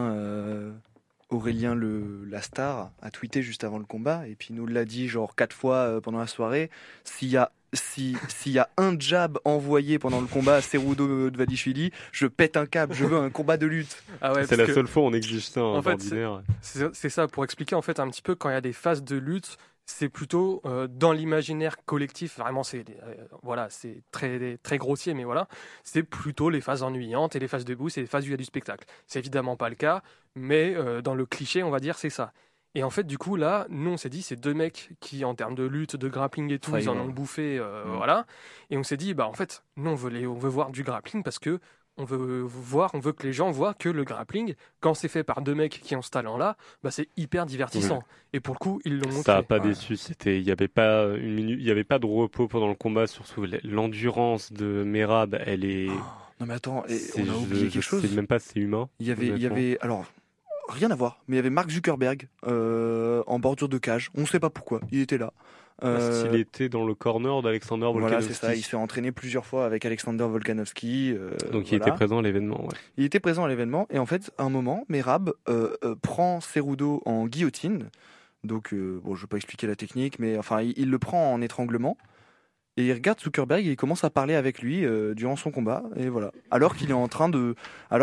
Aurélien la star a tweeté juste avant le combat et puis il nous l'a dit genre 4 fois pendant la soirée. S'il y a un jab envoyé pendant le combat à Cejudo Dvalishvili, je pète un câble, je veux un combat de lutte. C'est la seule fois où on exige ça en fait, ordinaire. C'est ça, pour expliquer en fait un petit peu quand il y a des phases de lutte, c'est plutôt dans l'imaginaire collectif, vraiment c'est très, très grossier, mais voilà, c'est plutôt les phases ennuyantes et les phases debout, c'est les phases où il y a du spectacle. C'est évidemment pas le cas, mais dans le cliché, on va dire, c'est ça. Et en fait, du coup, là, nous, on s'est dit, c'est deux mecs qui, en termes de lutte, de grappling et tout, ils en ont bouffé, voilà. Et on s'est dit, en fait, nous, on veut voir du grappling parce que on veut que les gens voient que le grappling, quand c'est fait par deux mecs qui ont ce talent-là, c'est hyper divertissant. Oui. Et pour le coup, ils l'ont montré. Ça n'a pas déçu. Il n'y avait pas une minute, il y avait pas de repos pendant le combat. Surtout l'endurance de Merab, elle est. Non mais attends, on a oublié quelque chose. Je sais même pas si c'est humain. Il y avait alors. Rien à voir, mais il y avait Mark Zuckerberg en bordure de cage. On ne sait pas pourquoi, il était là. Parce qu'il était dans le corner d'Alexander Volkanovski. Voilà, c'est ça. Il s'est entraîné plusieurs fois avec Alexander Volkanovski. Donc il était présent à l'événement. Ouais. Il était présent à l'événement et en fait, à un moment, Merab prend Cejudo en guillotine. Donc, je ne vais pas expliquer la technique, mais enfin, il le prend en étranglement. Et il regarde Zuckerberg et il commence à parler avec lui durant son combat. Et voilà. Alors qu'il est en train de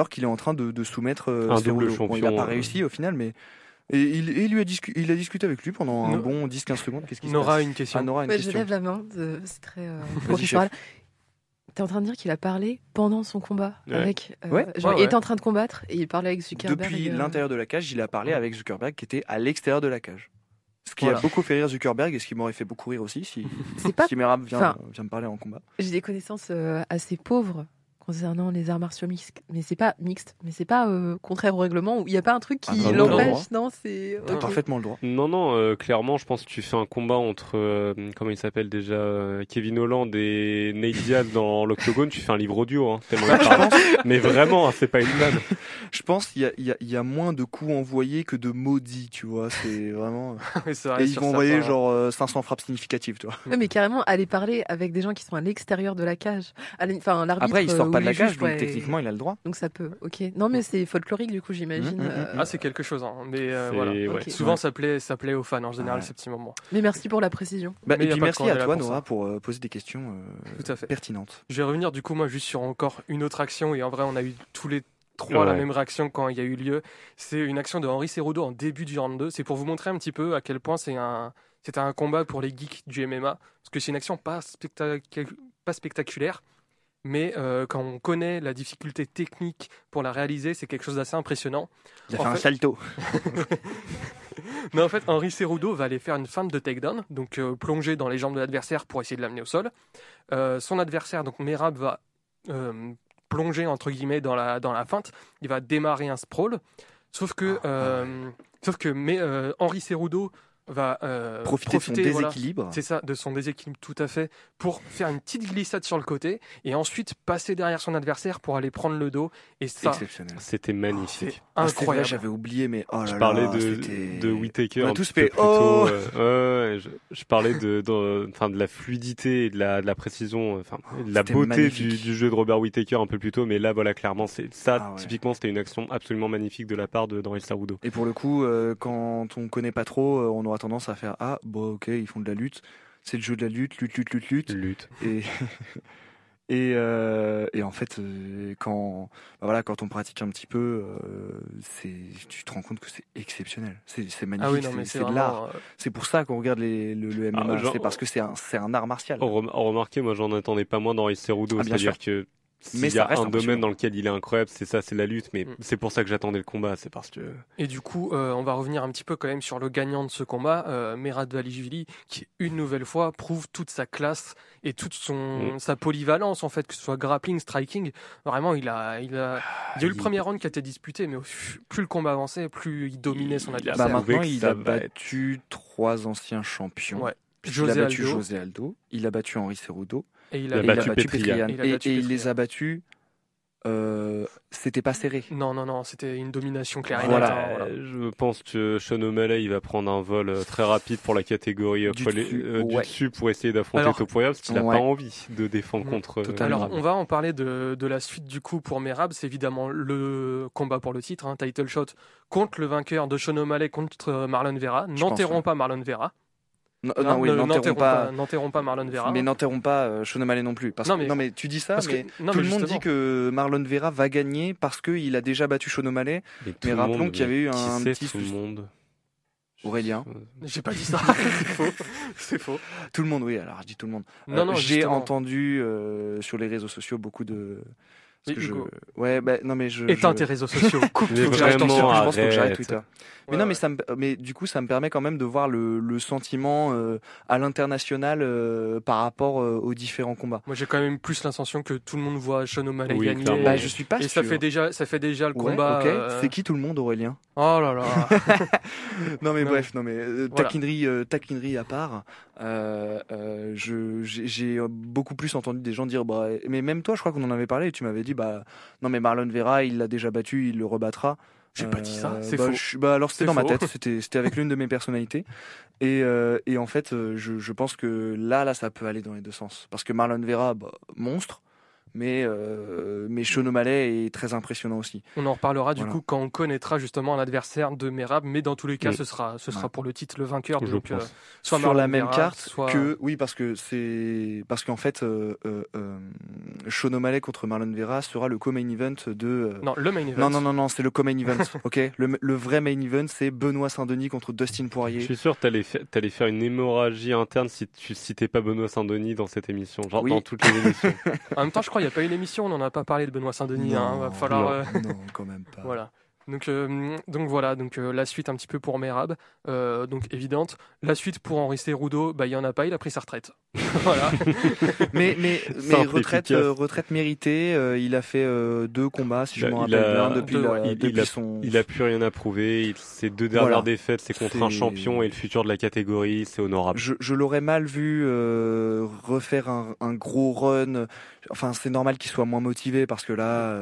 soumettre un double champion. Il n'a pas réussi au final, mais. Et il a discuté avec lui pendant un bon 10-15 secondes. Qu'est-ce qui se passe ? Nora a une question. Je lève la main, c'est très professionnel. T'es en train de dire qu'il a parlé pendant son combat avec. Il était en train de combattre et il parlait avec Zuckerberg. Depuis l'intérieur de la cage, il a parlé avec Zuckerberg qui était à l'extérieur de la cage. Ce qui a beaucoup fait rire Zuckerberg et ce qui m'aurait fait beaucoup rire aussi si Merab vient me parler en combat. J'ai des connaissances assez pauvres concernant les arts martiaux mixtes, mais c'est pas contraire au règlement, où il n'y a pas un truc qui l'empêche. Non, c'est t'as parfaitement le droit. Non, clairement, je pense que tu fais un combat entre comment il s'appelle déjà, Kevin Holland et Nate Diaz dans l'octogone, tu fais un livre audio, mais vraiment, c'est pas une blague. Je pense qu'il y a moins de coups envoyés que de maudits, tu vois, c'est vraiment. Et ils vont envoyer genre 500 frappes significatives, tu vois. Ouais, mais carrément aller parler avec des gens qui sont à l'extérieur de la cage. L'arbitre. Après, il sort pas bas de la cage, donc techniquement, il a le droit. Donc ça peut, ok. Non, mais c'est folklorique, du coup, j'imagine. Ah, c'est quelque chose, hein. Mais voilà. Okay. Souvent, ça plaît aux fans, en général, ces petits moments. Mais merci pour la précision. Et puis merci à toi, Nora, pour poser des questions pertinentes. Je vais revenir, du coup, moi, juste sur encore une autre action, et en vrai, on a eu tous les 3 la même réaction quand il y a eu lieu. C'est une action de Henri Cerudo en début du round 2. C'est pour vous montrer un petit peu à quel point c'était un combat pour les geeks du MMA, parce que c'est une action pas spectaculaire, mais quand on connaît la difficulté technique pour la réaliser, c'est quelque chose d'assez impressionnant. Il a fait un salto. Mais en fait, Henri Cerudo va aller faire une feinte de takedown, donc plonger dans les jambes de l'adversaire pour essayer de l'amener au sol. Son adversaire, donc Merab, va plonger entre guillemets dans la feinte. Il va démarrer un sprawl, sauf que Henri Cerudo va profiter de son déséquilibre. C'est ça, de son déséquilibre, tout à fait, pour faire une petite glissade sur le côté et ensuite passer derrière son adversaire pour aller prendre le dos. Et ça, exceptionnel. C'était magnifique. Incroyable. J'avais oublié, mais je parlais de Whittaker. On a tous fait je parlais de la fluidité et de la précision, de la beauté du jeu de Robert Whittaker un peu plus tôt. Mais là, voilà, clairement, typiquement, c'était une action absolument magnifique de la part d'Henri Cerudo. Et pour le coup, quand on connaît pas trop, on aura tendance à faire ok, ils font de la lutte, c'est le jeu de la lutte. Et en fait, quand on pratique un petit peu, tu te rends compte que c'est exceptionnel, c'est magnifique, c'est de l'art. C'est pour ça qu'on regarde le MMA, c'est parce que c'est un art martial. Remarquez, moi j'en attendais pas moins d'Henri Cerudo, c'est-à-dire que s'il y a un domaine dans lequel il est incroyable, c'est la lutte, mais c'est pour ça que j'attendais le combat, c'est parce que... Et du coup, on va revenir un petit peu quand même sur le gagnant de ce combat, Merab-Dvalishvili, qui une nouvelle fois prouve toute sa classe et toute sa polyvalence, en fait, que ce soit grappling, striking. Vraiment, il y a eu le premier round qui a été disputé, mais plus le combat avançait, plus il dominait son adversaire. Maintenant, il a battu 3 anciens champions. Ouais. Il a battu José Aldo, il a battu Henri Cerudo, et il a battu Petrian. Et il les a battus. C'était pas serré. Non, c'était une domination claire. Voilà. Je pense que Sean O'Malley il va prendre un vol très rapide pour la catégorie du dessus pour essayer d'affronter Topuria parce qu'il n'a pas envie de défendre contre. Alors on va en parler de la suite du coup pour Merab. C'est évidemment le combat pour le titre, title shot contre le vainqueur de Sean O'Malley contre Marlon Vera. N'enterrons pas Marlon Vera. N'enterrons pas Marlon Vera. Mais n'enterrons pas Sean O'Malley non plus. Mais tu dis ça, mais tout le monde dit que Marlon Vera va gagner parce qu'il a déjà battu Sean O'Malley. Mais rappelons qu'il y avait eu un petit... Tout le monde. Aurélien. J'ai pas dit ça. C'est faux. Tout le monde, oui. Alors je dis tout le monde. J'ai entendu sur les réseaux sociaux beaucoup de... Éteins tes réseaux sociaux. Coupe tout. Je pense que j'arrête Twitter. Mais du coup, ça me permet quand même de voir le sentiment à l'international par rapport aux différents combats. Moi, j'ai quand même plus l'impression que tout le monde voit Sean O'Malley gagner. Je suis pas sûr. Et ça fait déjà le combat. Okay. C'est qui tout le monde, Aurélien? Oh là là. Taquinerie à part. J'ai beaucoup plus entendu des gens dire mais même toi, je crois qu'on en avait parlé et tu m'avais dit non mais Marlon Vera, il l'a déjà battu, il le rebattra. J'ai pas dit ça, c'est faux. Alors c'était dans ma tête, c'était avec l'une de mes personnalités. Et en fait, je pense que là, ça peut aller dans les deux sens. Parce que Marlon Vera, monstre. Mais Sean O'Malley est très impressionnant aussi. On en reparlera du coup quand on connaîtra justement un adversaire de Merab, mais dans tous les cas, ce sera pour le titre le vainqueur. Donc, soit sur la même carte parce qu'en fait, Sean O'Malley contre Marlon Vera sera le co-main event de. Non, le main event. Non, c'est le co-main event. Ok, le vrai main event, c'est Benoît Saint-Denis contre Dustin Poirier. Je suis sûr que t'allais faire une hémorragie interne si tu citais pas Benoît Saint-Denis dans cette émission, dans toutes les émissions. En même temps, je crois il n'y a pas une émission, on n'en a pas parlé de Benoît Saint-Denis. Va falloir. Non, quand même pas. Voilà. Donc voilà, la suite un petit peu pour Merab, donc évidente. La suite pour Henri Cerudo, il y en a pas, il a pris sa retraite. Voilà. mais retraite méritée. Il a fait 2 combats, si je m'en rappelle bien, il a plus rien à prouver. Ses 2 dernières défaites, c'est contre un champion et le futur de la catégorie, c'est honorable. Je l'aurais mal vu refaire un gros run. Enfin, c'est normal qu'il soit moins motivé parce que là,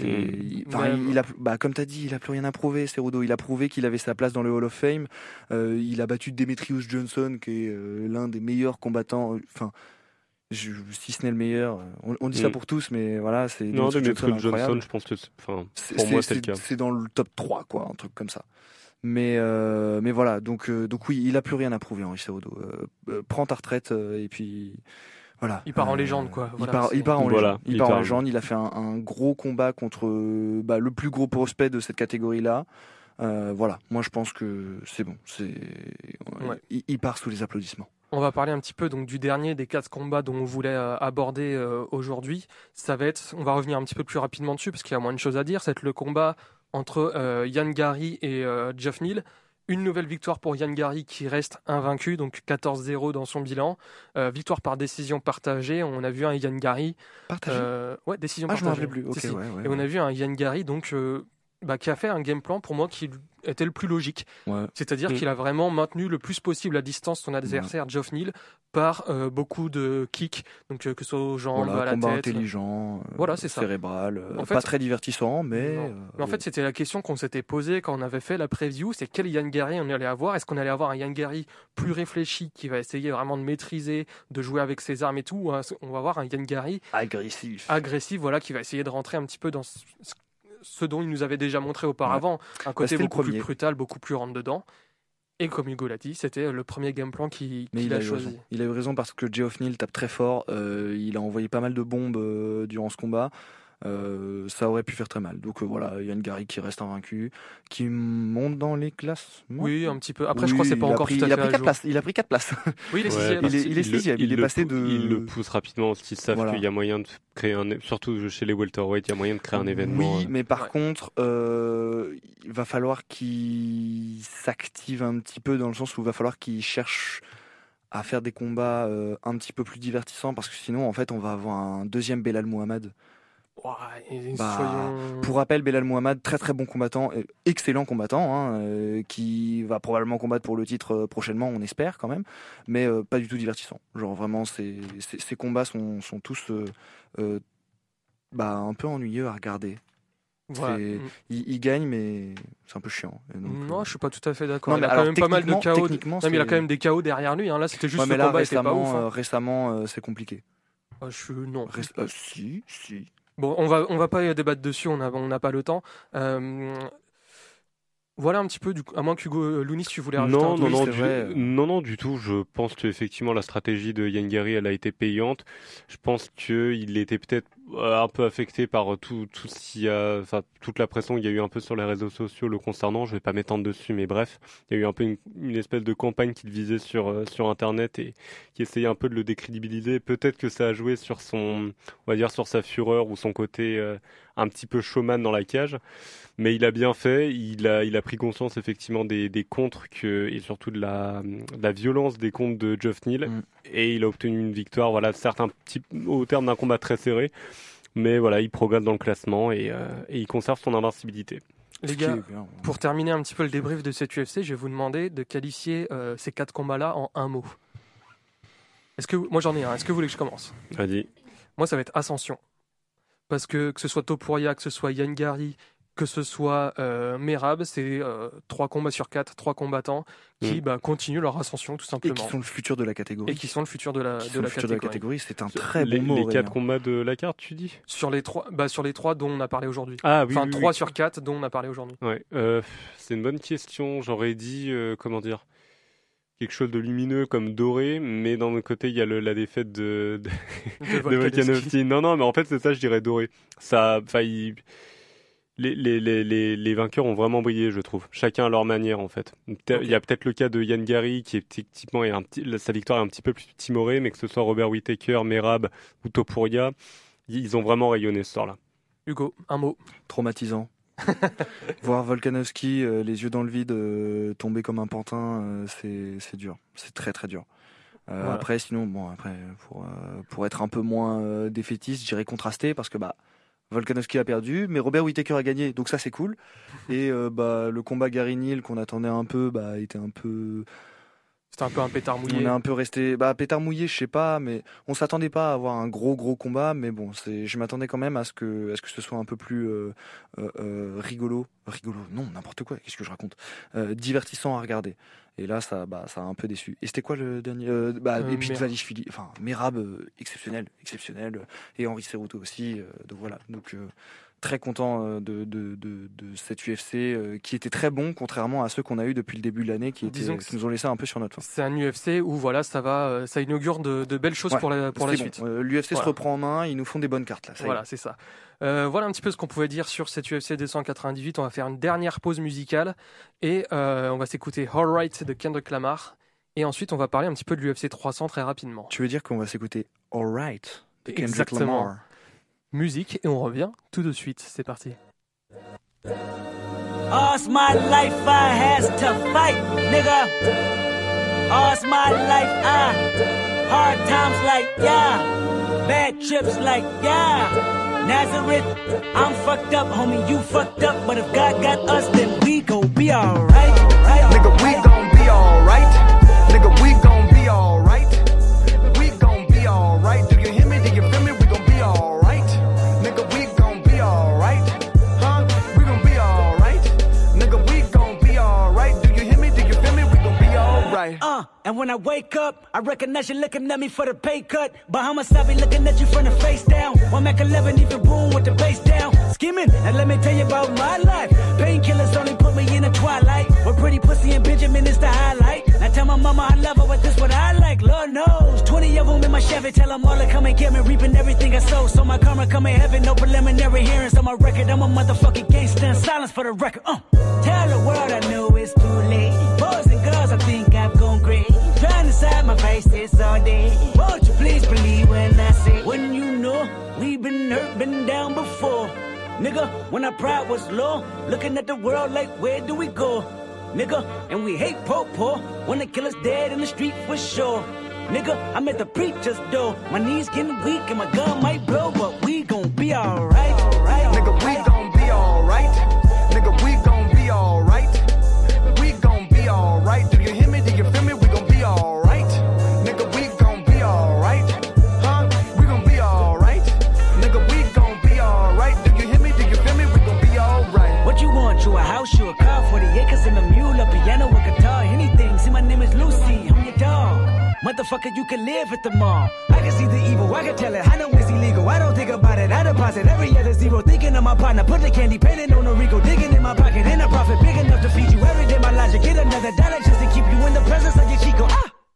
comme t'as dit, il a plus rien à prouver, Cerudo. Il a prouvé qu'il avait sa place dans le Hall of Fame. Il a battu Demetrius Johnson, qui est l'un des meilleurs combattants. si ce n'est le meilleur, on dit ça pour tous, mais voilà, c'est Demetrius Johnson, je pense que pour moi c'est le cas. C'est dans le top 3, quoi, un truc comme ça. Mais voilà, donc oui, il a plus rien à prouver, Henri Cerudo. Prends ta retraite et puis voilà. Il part en légende, quoi. Il part en légende. Il a fait un gros combat contre le plus gros prospect de cette catégorie-là. Voilà, moi je pense que c'est bon. Il part sous les applaudissements. On va parler un petit peu donc du dernier des 4 combats dont on voulait aborder aujourd'hui. On va revenir un petit peu plus rapidement dessus parce qu'il y a moins de choses à dire. C'est le combat entre Ian Garry et Geoff Neal. Une nouvelle victoire pour Ian Garry qui reste invaincu, donc 14-0 dans son bilan. Victoire par décision partagée. On a vu un Ian Garry. Partagé décision partagée. Je m'en rappelais plus. Okay, ouais. Et on a vu un Ian Garry donc qui a fait un game plan pour moi qui était le plus logique. C'est-à-dire qu'il a vraiment maintenu le plus possible à distance son adversaire Geoff Neal par beaucoup de kicks, donc que ce soit aux jambes, à la combat tête. Intelligent, c'est cérébral, pas très divertissant, mais en fait c'était la question qu'on s'était posée quand on avait fait la preview, c'est quel Ian Garry on allait avoir. Est-ce qu'on allait avoir un Ian Garry plus réfléchi qui va essayer vraiment de maîtriser, de jouer avec ses armes et tout, ou on va avoir un Ian Garry agressif, qui va essayer de rentrer un petit peu dans ce dont il nous avait déjà montré auparavant, un côté beaucoup plus brutal, beaucoup plus rentre-dedans. Et comme Hugo l'a dit, c'était le premier game plan qu'il a choisi. Il a eu raison parce que Geoff Neal tape très fort, il a envoyé pas mal de bombes durant ce combat. Ça aurait pu faire très mal. Donc voilà, Ian Garry qui reste invaincu, qui monte dans les classes. Oui, un petit peu. Après, je crois que c'est pas encore tout à fait à jour. Il a pris 4 places. Oui, il est sixième. Il est sixième. Il est passé de. Il le pousse rapidement parce qu'ils savent qu'il y a moyen de créer surtout chez les welterweight, il y a moyen de créer un événement. Oui, mais par contre, il va falloir qu'il s'active un petit peu dans le sens où il va falloir qu'il cherche à faire des combats un petit peu plus divertissants parce que sinon, en fait, on va avoir un deuxième Belal Muhammad. Pour rappel, Belal Muhammad, très très bon combattant, excellent combattant, qui va probablement combattre pour le titre prochainement, on espère quand même, mais pas du tout divertissant. Genre vraiment, ces combats sont tous un peu ennuyeux à regarder. Il gagne, mais c'est un peu chiant. Non, je suis pas tout à fait d'accord. Il a quand même pas mal de KO. Mais il a quand même des KO derrière lui. Là, c'était juste le combat était pas ouf. Récemment, c'est compliqué. Non. Si. Bon, on va pas débattre dessus, on n'a pas le temps. Voilà un petit peu, à moins qu'Hugo Lounis, tu voulais rajouter un truc. Non, du tout. Je pense qu'effectivement, la stratégie de Ian Garry, elle a été payante. Je pense qu'il était peut-être un peu affecté par tout ce qu'il y a, toute la pression qu'il y a eu un peu sur les réseaux sociaux le concernant. Je vais pas m'étendre dessus, mais bref, il y a eu un peu une espèce de campagne qu'il visait sur Internet et qui essayait un peu de le décrédibiliser. Peut-être que ça a joué sur sur sa fureur ou son côté un petit peu showman dans la cage. Mais il a bien fait, il a pris conscience effectivement des contres et surtout de la violence des contres de Geoff Neal et il a obtenu une victoire, certes au terme d'un combat très serré, mais voilà, il progresse dans le classement et il conserve son invincibilité. Les gars, pour terminer un petit peu le débrief de cette UFC, je vais vous demander de qualifier ces 4 combats-là en un mot. Moi j'en ai un, est-ce que vous voulez que je commence ? Vas-y. Moi ça va être ascension. Parce que ce soit Topuria, que ce soit Ian Garry, que ce soit Merab, c'est 3 combats sur 4, 3 combattants qui continuent leur ascension tout simplement. Et qui sont le futur de la catégorie. C'est un très bon mot. Les 4 combats de la carte, tu dis ? Sur les 3 dont on a parlé aujourd'hui. Ah oui. 3 sur 4 dont on a parlé aujourd'hui. Ouais, c'est une bonne question. J'aurais dit, quelque chose de lumineux comme doré, mais d'un autre côté, il y a la défaite de Volkanovski. Non, mais en fait, c'est ça, je dirais doré. Les vainqueurs ont vraiment brillé, je trouve. Chacun à leur manière, en fait. Il y a peut-être le cas de Ian Garry, qui est typiquement, sa victoire est un petit peu plus timorée, mais que ce soit Robert Whittaker, Merab ou Topuria, ils ont vraiment rayonné ce soir-là. Hugo, un mot. Traumatisant. Voir Volkanovski, les yeux dans le vide, tomber comme un pantin, c'est dur. C'est très très dur. Après, sinon, pour être un peu moins défaitiste, je dirais contrasté, parce que Volkanovski a perdu, mais Robert Whittaker a gagné, donc ça c'est cool. Et le combat Garry Neal qu'on attendait un peu, était un peu C'était un peu un pétard mouillé. On est un peu resté, pétard mouillé, je sais pas, mais on s'attendait pas à avoir un gros combat, mais bon, je m'attendais quand même à ce que ce soit un peu plus rigolo, non, n'importe quoi, qu'est-ce que je raconte, divertissant à regarder. Et là, ça a un peu déçu. Et c'était quoi le dernier et puis Dvalishvili, enfin Merab, exceptionnel, et Henri Ceruto aussi, donc voilà, très content de cet UFC qui était très bon, contrairement à ceux qu'on a eu depuis le début de l'année qui nous ont laissé un peu sur notre faim. C'est un UFC où voilà, ça inaugure de belles choses pour la suite. L'UFC se reprend en main, ils nous font des bonnes cartes là. Voilà, c'est ça. Voilà un petit peu ce qu'on pouvait dire sur cet UFC 298. On va faire une dernière pause musicale et on va s'écouter All Right de Kendrick Lamar et ensuite on va parler un petit peu de l'UFC 300 très rapidement. Tu veux dire qu'on va s'écouter All Right de Kendrick Exactement. Lamar? Musique et on revient tout de suite. C'est parti. All's my life I has to fight, nigga. All's my life hard times like yeah, bad trips like yeah. Nazareth, I'm fucked up, homie, you fucked up, but if God got us, then we gon' be alright. Nigga, we gon' be alright. Nigga, we gon' be alright. We gon' be alright. Do you hear me? Do you feel me? We gon' be alright. And when I wake up, I recognize you looking at me for the pay cut. Bahamas, I be looking at you from the face down. One Mac 11, even boom with the bass down. Skimming, and let me tell you about my life. Painkillers only put me in the twilight. With pretty pussy and Benjamin is the highlight. Now tell my mama I love her, but this what I like, Lord knows. 20 of them in my Chevy, tell them all to come and get me. Reaping everything I sow, so my karma come in heaven. No preliminary hearings on my record. I'm a motherfucking gangster, silence for the record. Tell the world I know it's too late. Boys and girls, I think I've gone great. Trying to side my faces all day. Won't you please believe when I say, when you know we've been hurt, been down before. Nigga, when our pride was low, looking at the world like, where do we go? Nigga, and we hate po-po, wanna kill us dead in the street for sure. Nigga, I'm at the preacher's door. My knees getting weak and my gun might blow, but we gon' be alright. Nigga, we gon' be alright. Nigga, we gon' be alright. We gon' be alright. Do you hear me? Do you feel me? We gon' be alright. Nigga, we gon' be alright. Huh? We gon' be alright. Nigga, we gon' be alright. Do you hear me? Do you feel me? We gon' be alright. What you want? You a house, you a car, 40 acres and a mule, a piano, a guitar, anything. See, my name is Lucy, I'm your dog. Motherfucker, you can live at the mall. I can see the evil, I can tell it. I know it's illegal, I don't think about it. I deposit every other zero, thinking of my partner. Put the candy, painting on a Rico, digging in my pocket. And a profit big enough to feed you every day. My logic, get another dollar just to keep you in the presence of your Chico.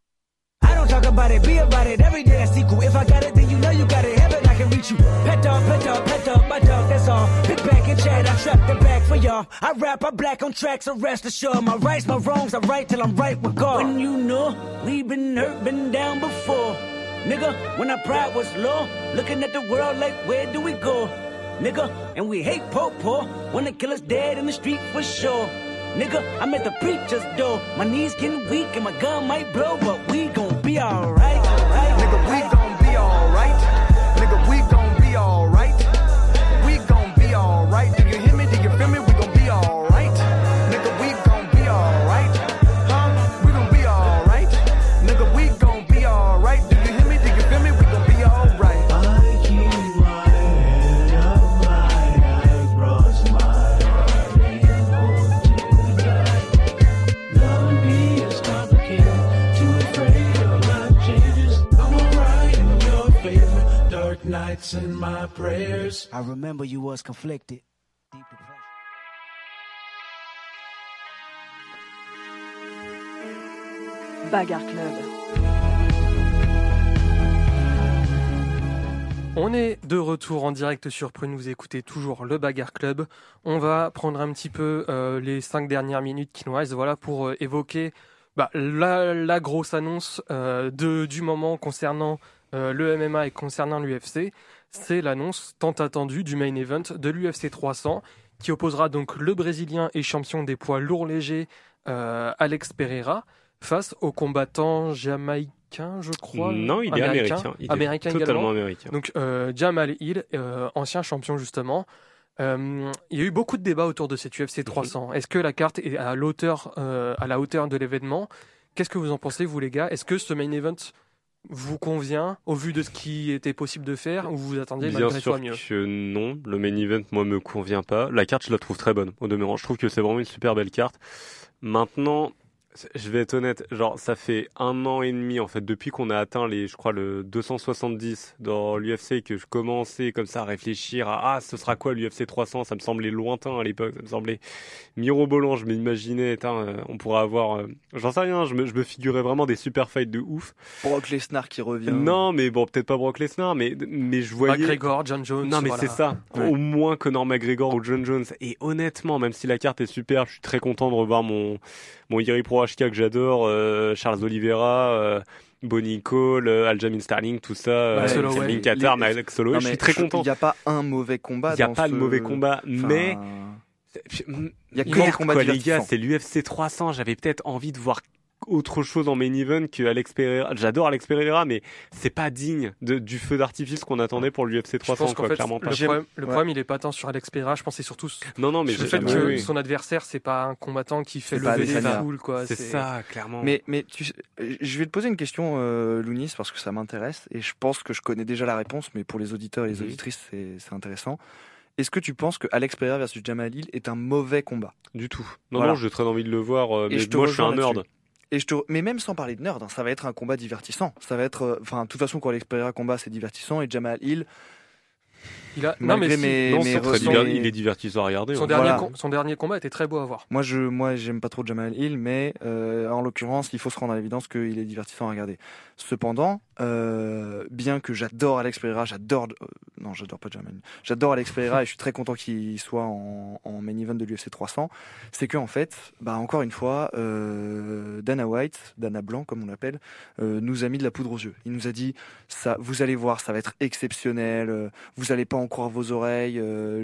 I don't talk about it, be about it. Every day I sequel. If I got it, then you know you got it. Heaven, I can reach you. Pet dog, my dog, that's all. Pick back and chat, I trap the back for y'all. I rap, I black on tracks, so rest assured. My rights, my wrongs, I right till I'm right with God. When you know we've been hurt, been down before. Nigga, when our pride was low, looking at the world like, where do we go? Nigga, and we hate po-po, wanna kill us dead in the street for sure. Nigga, I'm at the preacher's door. My knees getting weak and my gun might blow, but we gon' be alright. Nigga, we gon' be alright. Nigga, we gon' be alright. We gon' be alright. Do you hear me? Do you feel me? We gon' be alright. Nigga, we gon' be alright. Huh? We gon' be alright. Nigga, we gon' be alright. Do you hear me? Do you feel me? We gon' be alright. I keep my head up high, I cross my heart and hope to die. Love me is complicated, too afraid of my changes. I'm alright in your favor, dark nights and my prayers. I remember you was conflicted. Deep depression. Bagarre Club. On est de retour en direct sur Prune, vous écoutez toujours le Bagarre Club. On va prendre un petit peu les 5 dernières minutes qui nous restent, voilà, pour évoquer la grosse annonce du moment concernant le MMA et concernant l'UFC. C'est l'annonce tant attendue du main event de l'UFC 300 qui opposera donc le Brésilien et champion des poids lourds légers Alex Pereira face au combattant jamaïcain, je crois. Non, il est américain. Il américain est totalement également. Américain. Donc Jamal Hill, ancien champion justement. Il y a eu beaucoup de débats autour de cette UFC 300. Est-ce que la carte est à la hauteur de l'événement ? Qu'est-ce que vous en pensez, vous les gars? Est-ce que ce main event vous convient au vu de ce qui était possible de faire ou vous attendiez malgré tout à mieux? Bien sûr que non, le main event moi me convient pas. La carte je la trouve très bonne au demeurant, je trouve que c'est vraiment une super belle carte. Maintenant, je vais être honnête, genre ça fait 1 an et demi en fait depuis qu'on a atteint je crois le 270 dans l'UFC que je commençais comme ça à réfléchir à ce sera quoi l'UFC 300, ça me semblait lointain à l'époque, ça me semblait mirobolant, je m'imaginais on pourrait avoir j'en sais rien, je me figurais vraiment des super fights de ouf. Brock Lesnar qui revient. Non mais bon peut-être pas Brock Lesnar mais je voyais McGregor, John Jones. Non mais voilà. c'est ça, au moins Conor McGregor ou John Jones. Et honnêtement, même si la carte est super, je suis très content de revoir mon Iri Prochazka que j'adore, Charles Oliveira, Bonnie Cole, Aljamain Sterling, tout ça, Calvin Kattar, Max Holloway. Je suis très content. Il n'y a pas un mauvais combat. Il n'y a pas de mauvais combat, mais il y a que des combats les gars, c'est l'UFC 300. J'avais peut-être envie de voir autre chose en main event que Alex Pereira. J'adore Alex Pereira, mais c'est pas digne du feu d'artifice qu'on attendait pour l'UFC 300. Je pense qu'en fait, clairement pas. Le problème, il est pas tant sur Alex Pereira. Je pense c'est surtout mais le fait que son adversaire, c'est pas un combattant qui fait lever des foules, quoi. C'est ça, clairement. Mais je vais te poser une question, Lounis, parce que ça m'intéresse et je pense que je connais déjà la réponse, mais pour les auditeurs et les auditrices, c'est intéressant. Est-ce que tu penses que Alex Pereira versus Jamal Hill est un mauvais combat? Du tout. Non, j'ai très envie de le voir. Mais moi, je suis un nerd. Mais même sans parler de nerd, ça va être un combat divertissant. Ça va être, de toute façon, quand Alex Pereira combat, c'est divertissant. Et Jamal Hill, il est divertissant à regarder. Son dernier combat était très beau à voir. Moi, j'aime pas trop Jamal Hill, mais en l'occurrence, il faut se rendre à l'évidence qu'il est divertissant à regarder. Cependant, bien que j'adore Alex Pereira, j'adore pas Jamal Hill, j'adore Alex Pereira et je suis très content qu'il soit en main event de l'UFC 300. C'est que en fait, encore une fois, Dana Blanc comme on l'appelle, nous a mis de la poudre aux yeux. Il nous a dit ça, vous allez voir, ça va être exceptionnel. Vous allez pas en croire vos oreilles.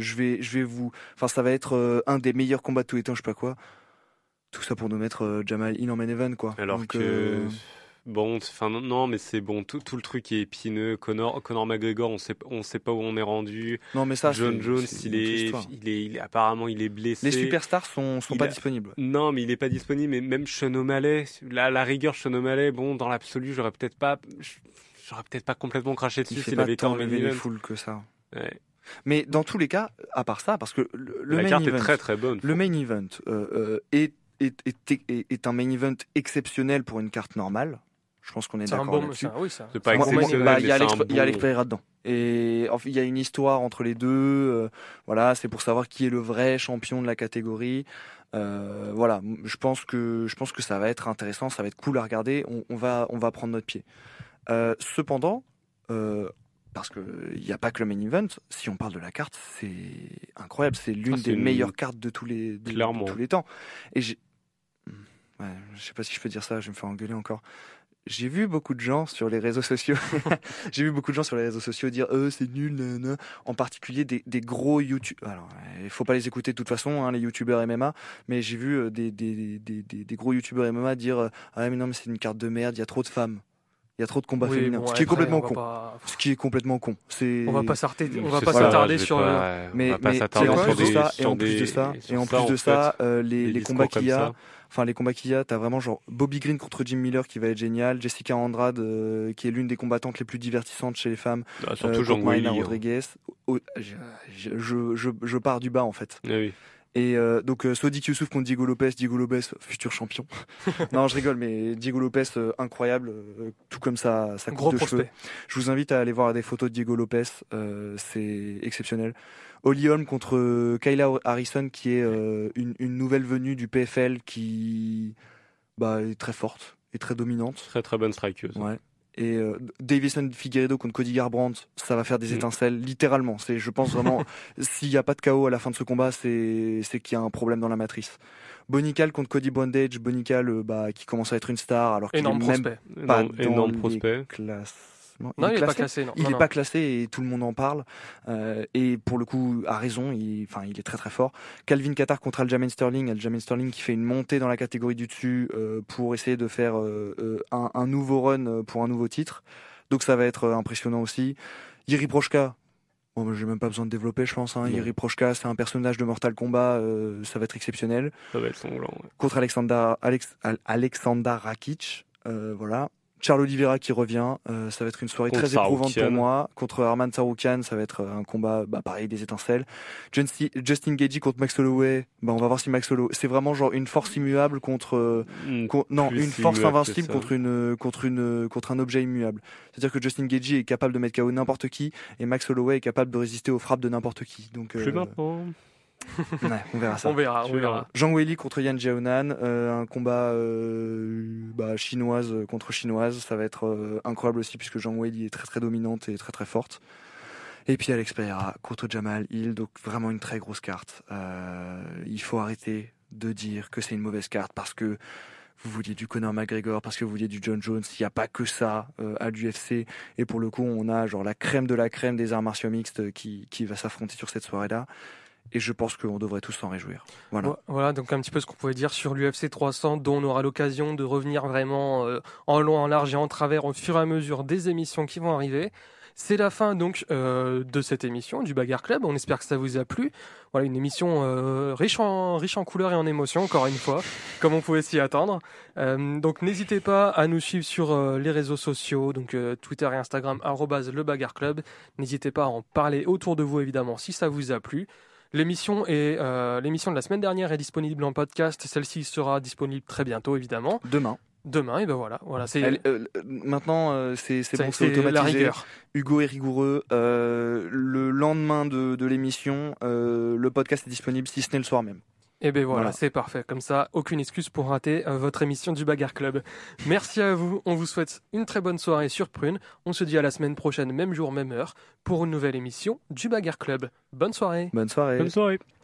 Ça va être un des meilleurs combats de tous les temps, je sais pas quoi. Tout ça pour nous mettre Jamal Hill en main event, quoi. Alors donc, non, mais c'est bon. Tout le truc est épineux. Conor McGregor, on sait pas où on est rendu. Non, mais ça, John Jones, apparemment, il est blessé. Les superstars sont pas disponibles. Non, mais il est pas disponible. Mais même Sean O'Malley, la rigueur, Sean O'Malley, dans l'absolu, j'aurais peut-être pas complètement craché dessus s'il avait été en main event. Les foules que ça. Ouais. Mais dans tous les cas, à part ça, parce que la carte est très très bonne. Le main event est un main event exceptionnel pour une carte normale. Je pense qu'on est d'accord là-dessus. C'est pas exceptionnel. Il y a Alex Pereira dedans. Et il y a une histoire entre les deux. C'est pour savoir qui est le vrai champion de la catégorie. Je pense que ça va être intéressant, ça va être cool à regarder. On va prendre notre pied. Cependant, parce qu'il n'y a pas que le main event, si on parle de la carte, c'est incroyable. C'est l'une des meilleures cartes de tous les temps. Et je sais pas si je peux dire ça, je vais me faire engueuler encore. J'ai vu beaucoup de gens sur les réseaux sociaux dire c'est nul, nanana. En particulier des gros YouTube. Alors, il faut pas les écouter de toute façon, les youtubeurs MMA, mais j'ai vu des gros youtubeurs MMA dire mais non, mais c'est une carte de merde, il y a trop de femmes. Il y a trop de combats féminins, ce qui est complètement con. Ce qui est complètement con. On va pas s'attarder sur mais en plus de ça, les combats qu'il y a. Enfin, les combats qu'il y a, t'as vraiment genre Bobby Green contre Jim Miller qui va être génial, Jessica Andrade qui est l'une des combattantes les plus divertissantes chez les femmes, surtout Marina Rodriguez. Je pars du bas en fait. Oui. Et donc Sodiq Youssouf contre Diego Lopez, futur champion. Non, je rigole, mais Diego Lopez incroyable, tout comme sa coupe de cheveux. Je vous invite à aller voir des photos de Diego Lopez, c'est exceptionnel. Holly Holm contre Kayla Harrison qui est une nouvelle venue du PFL qui est très forte et très dominante. Très très bonne strikeuse. Ouais. Et Davison Figueiredo contre Cody Garbrandt, ça va faire des étincelles, littéralement. Je pense vraiment, s'il n'y a pas de KO à la fin de ce combat, c'est qu'il y a un problème dans la matrice. Bonical contre Cody Brundage, Bonical qui commence à être une star alors qu'il est même pas dans les classes. Non, il est pas classé. Il est pas classé et tout le monde en parle. Et pour le coup, a raison. Il est très très fort. Calvin Kattar contre Aljamain Sterling qui fait une montée dans la catégorie du dessus pour essayer de faire un nouveau run pour un nouveau titre. Donc ça va être impressionnant aussi. Iri Prochazka. Bon, j'ai même pas besoin de développer, je pense. Jiri Prochka, c'est un personnage de Mortal Kombat, ça va être exceptionnel. Ça va être sanglant. Ouais. Contre Alexander Rakic, voilà. Charles Oliveira qui revient, ça va être une soirée très éprouvante pour moi. Contre Arman Tsarukyan, ça va être un combat, pareil, des étincelles. Justin Gaethje contre Max Holloway, on va voir si Max Holloway, c'est vraiment genre une force immuable contre une force invincible contre un objet immuable. C'est-à-dire que Justin Gaethje est capable de mettre KO n'importe qui et Max Holloway est capable de résister aux frappes de n'importe qui. Donc plus maintenant. Ouais, on verra ça. On verra. Zhang Weili contre Yan Xiaonan, un combat chinoise contre chinoise, ça va être incroyable aussi puisque Zhang Weili est très très dominante et très très forte. Et puis Alex Pereira contre Jamal Hill, donc vraiment une très grosse carte. Il faut arrêter de dire que c'est une mauvaise carte parce que vous vouliez du Conor McGregor, parce que vous vouliez du John Jones. Il n'y a pas que ça à l'UFC. Et pour le coup, on a genre la crème de la crème des arts martiaux mixtes qui va s'affronter sur cette soirée-là. Et je pense qu'on devrait tous s'en réjouir. Voilà, donc un petit peu ce qu'on pouvait dire sur l'UFC 300, dont on aura l'occasion de revenir vraiment en long, en large et en travers au fur et à mesure des émissions qui vont arriver. C'est la fin donc de cette émission du Bagarre Club. On espère que ça vous a plu. Voilà, une émission riche en couleurs et en émotions, encore une fois, comme on pouvait s'y attendre. Donc n'hésitez pas à nous suivre sur les réseaux sociaux, donc Twitter et Instagram @le Bagarre Club. N'hésitez pas à en parler autour de vous évidemment si ça vous a plu. L'émission de la semaine dernière est disponible en podcast. Celle-ci sera disponible très bientôt, évidemment. Demain, et ben voilà. C'est maintenant, c'est bon, c'est automatisé. La rigueur. Hugo est rigoureux. Le lendemain de l'émission, le podcast est disponible, si ce n'est le soir même. Et ben voilà, c'est parfait. Comme ça, aucune excuse pour rater votre émission du Bagarre Club. Merci à vous. On vous souhaite une très bonne soirée sur Prune. On se dit à la semaine prochaine, même jour, même heure, pour une nouvelle émission du Bagarre Club. Bonne soirée. Bonne soirée. Bonne soirée.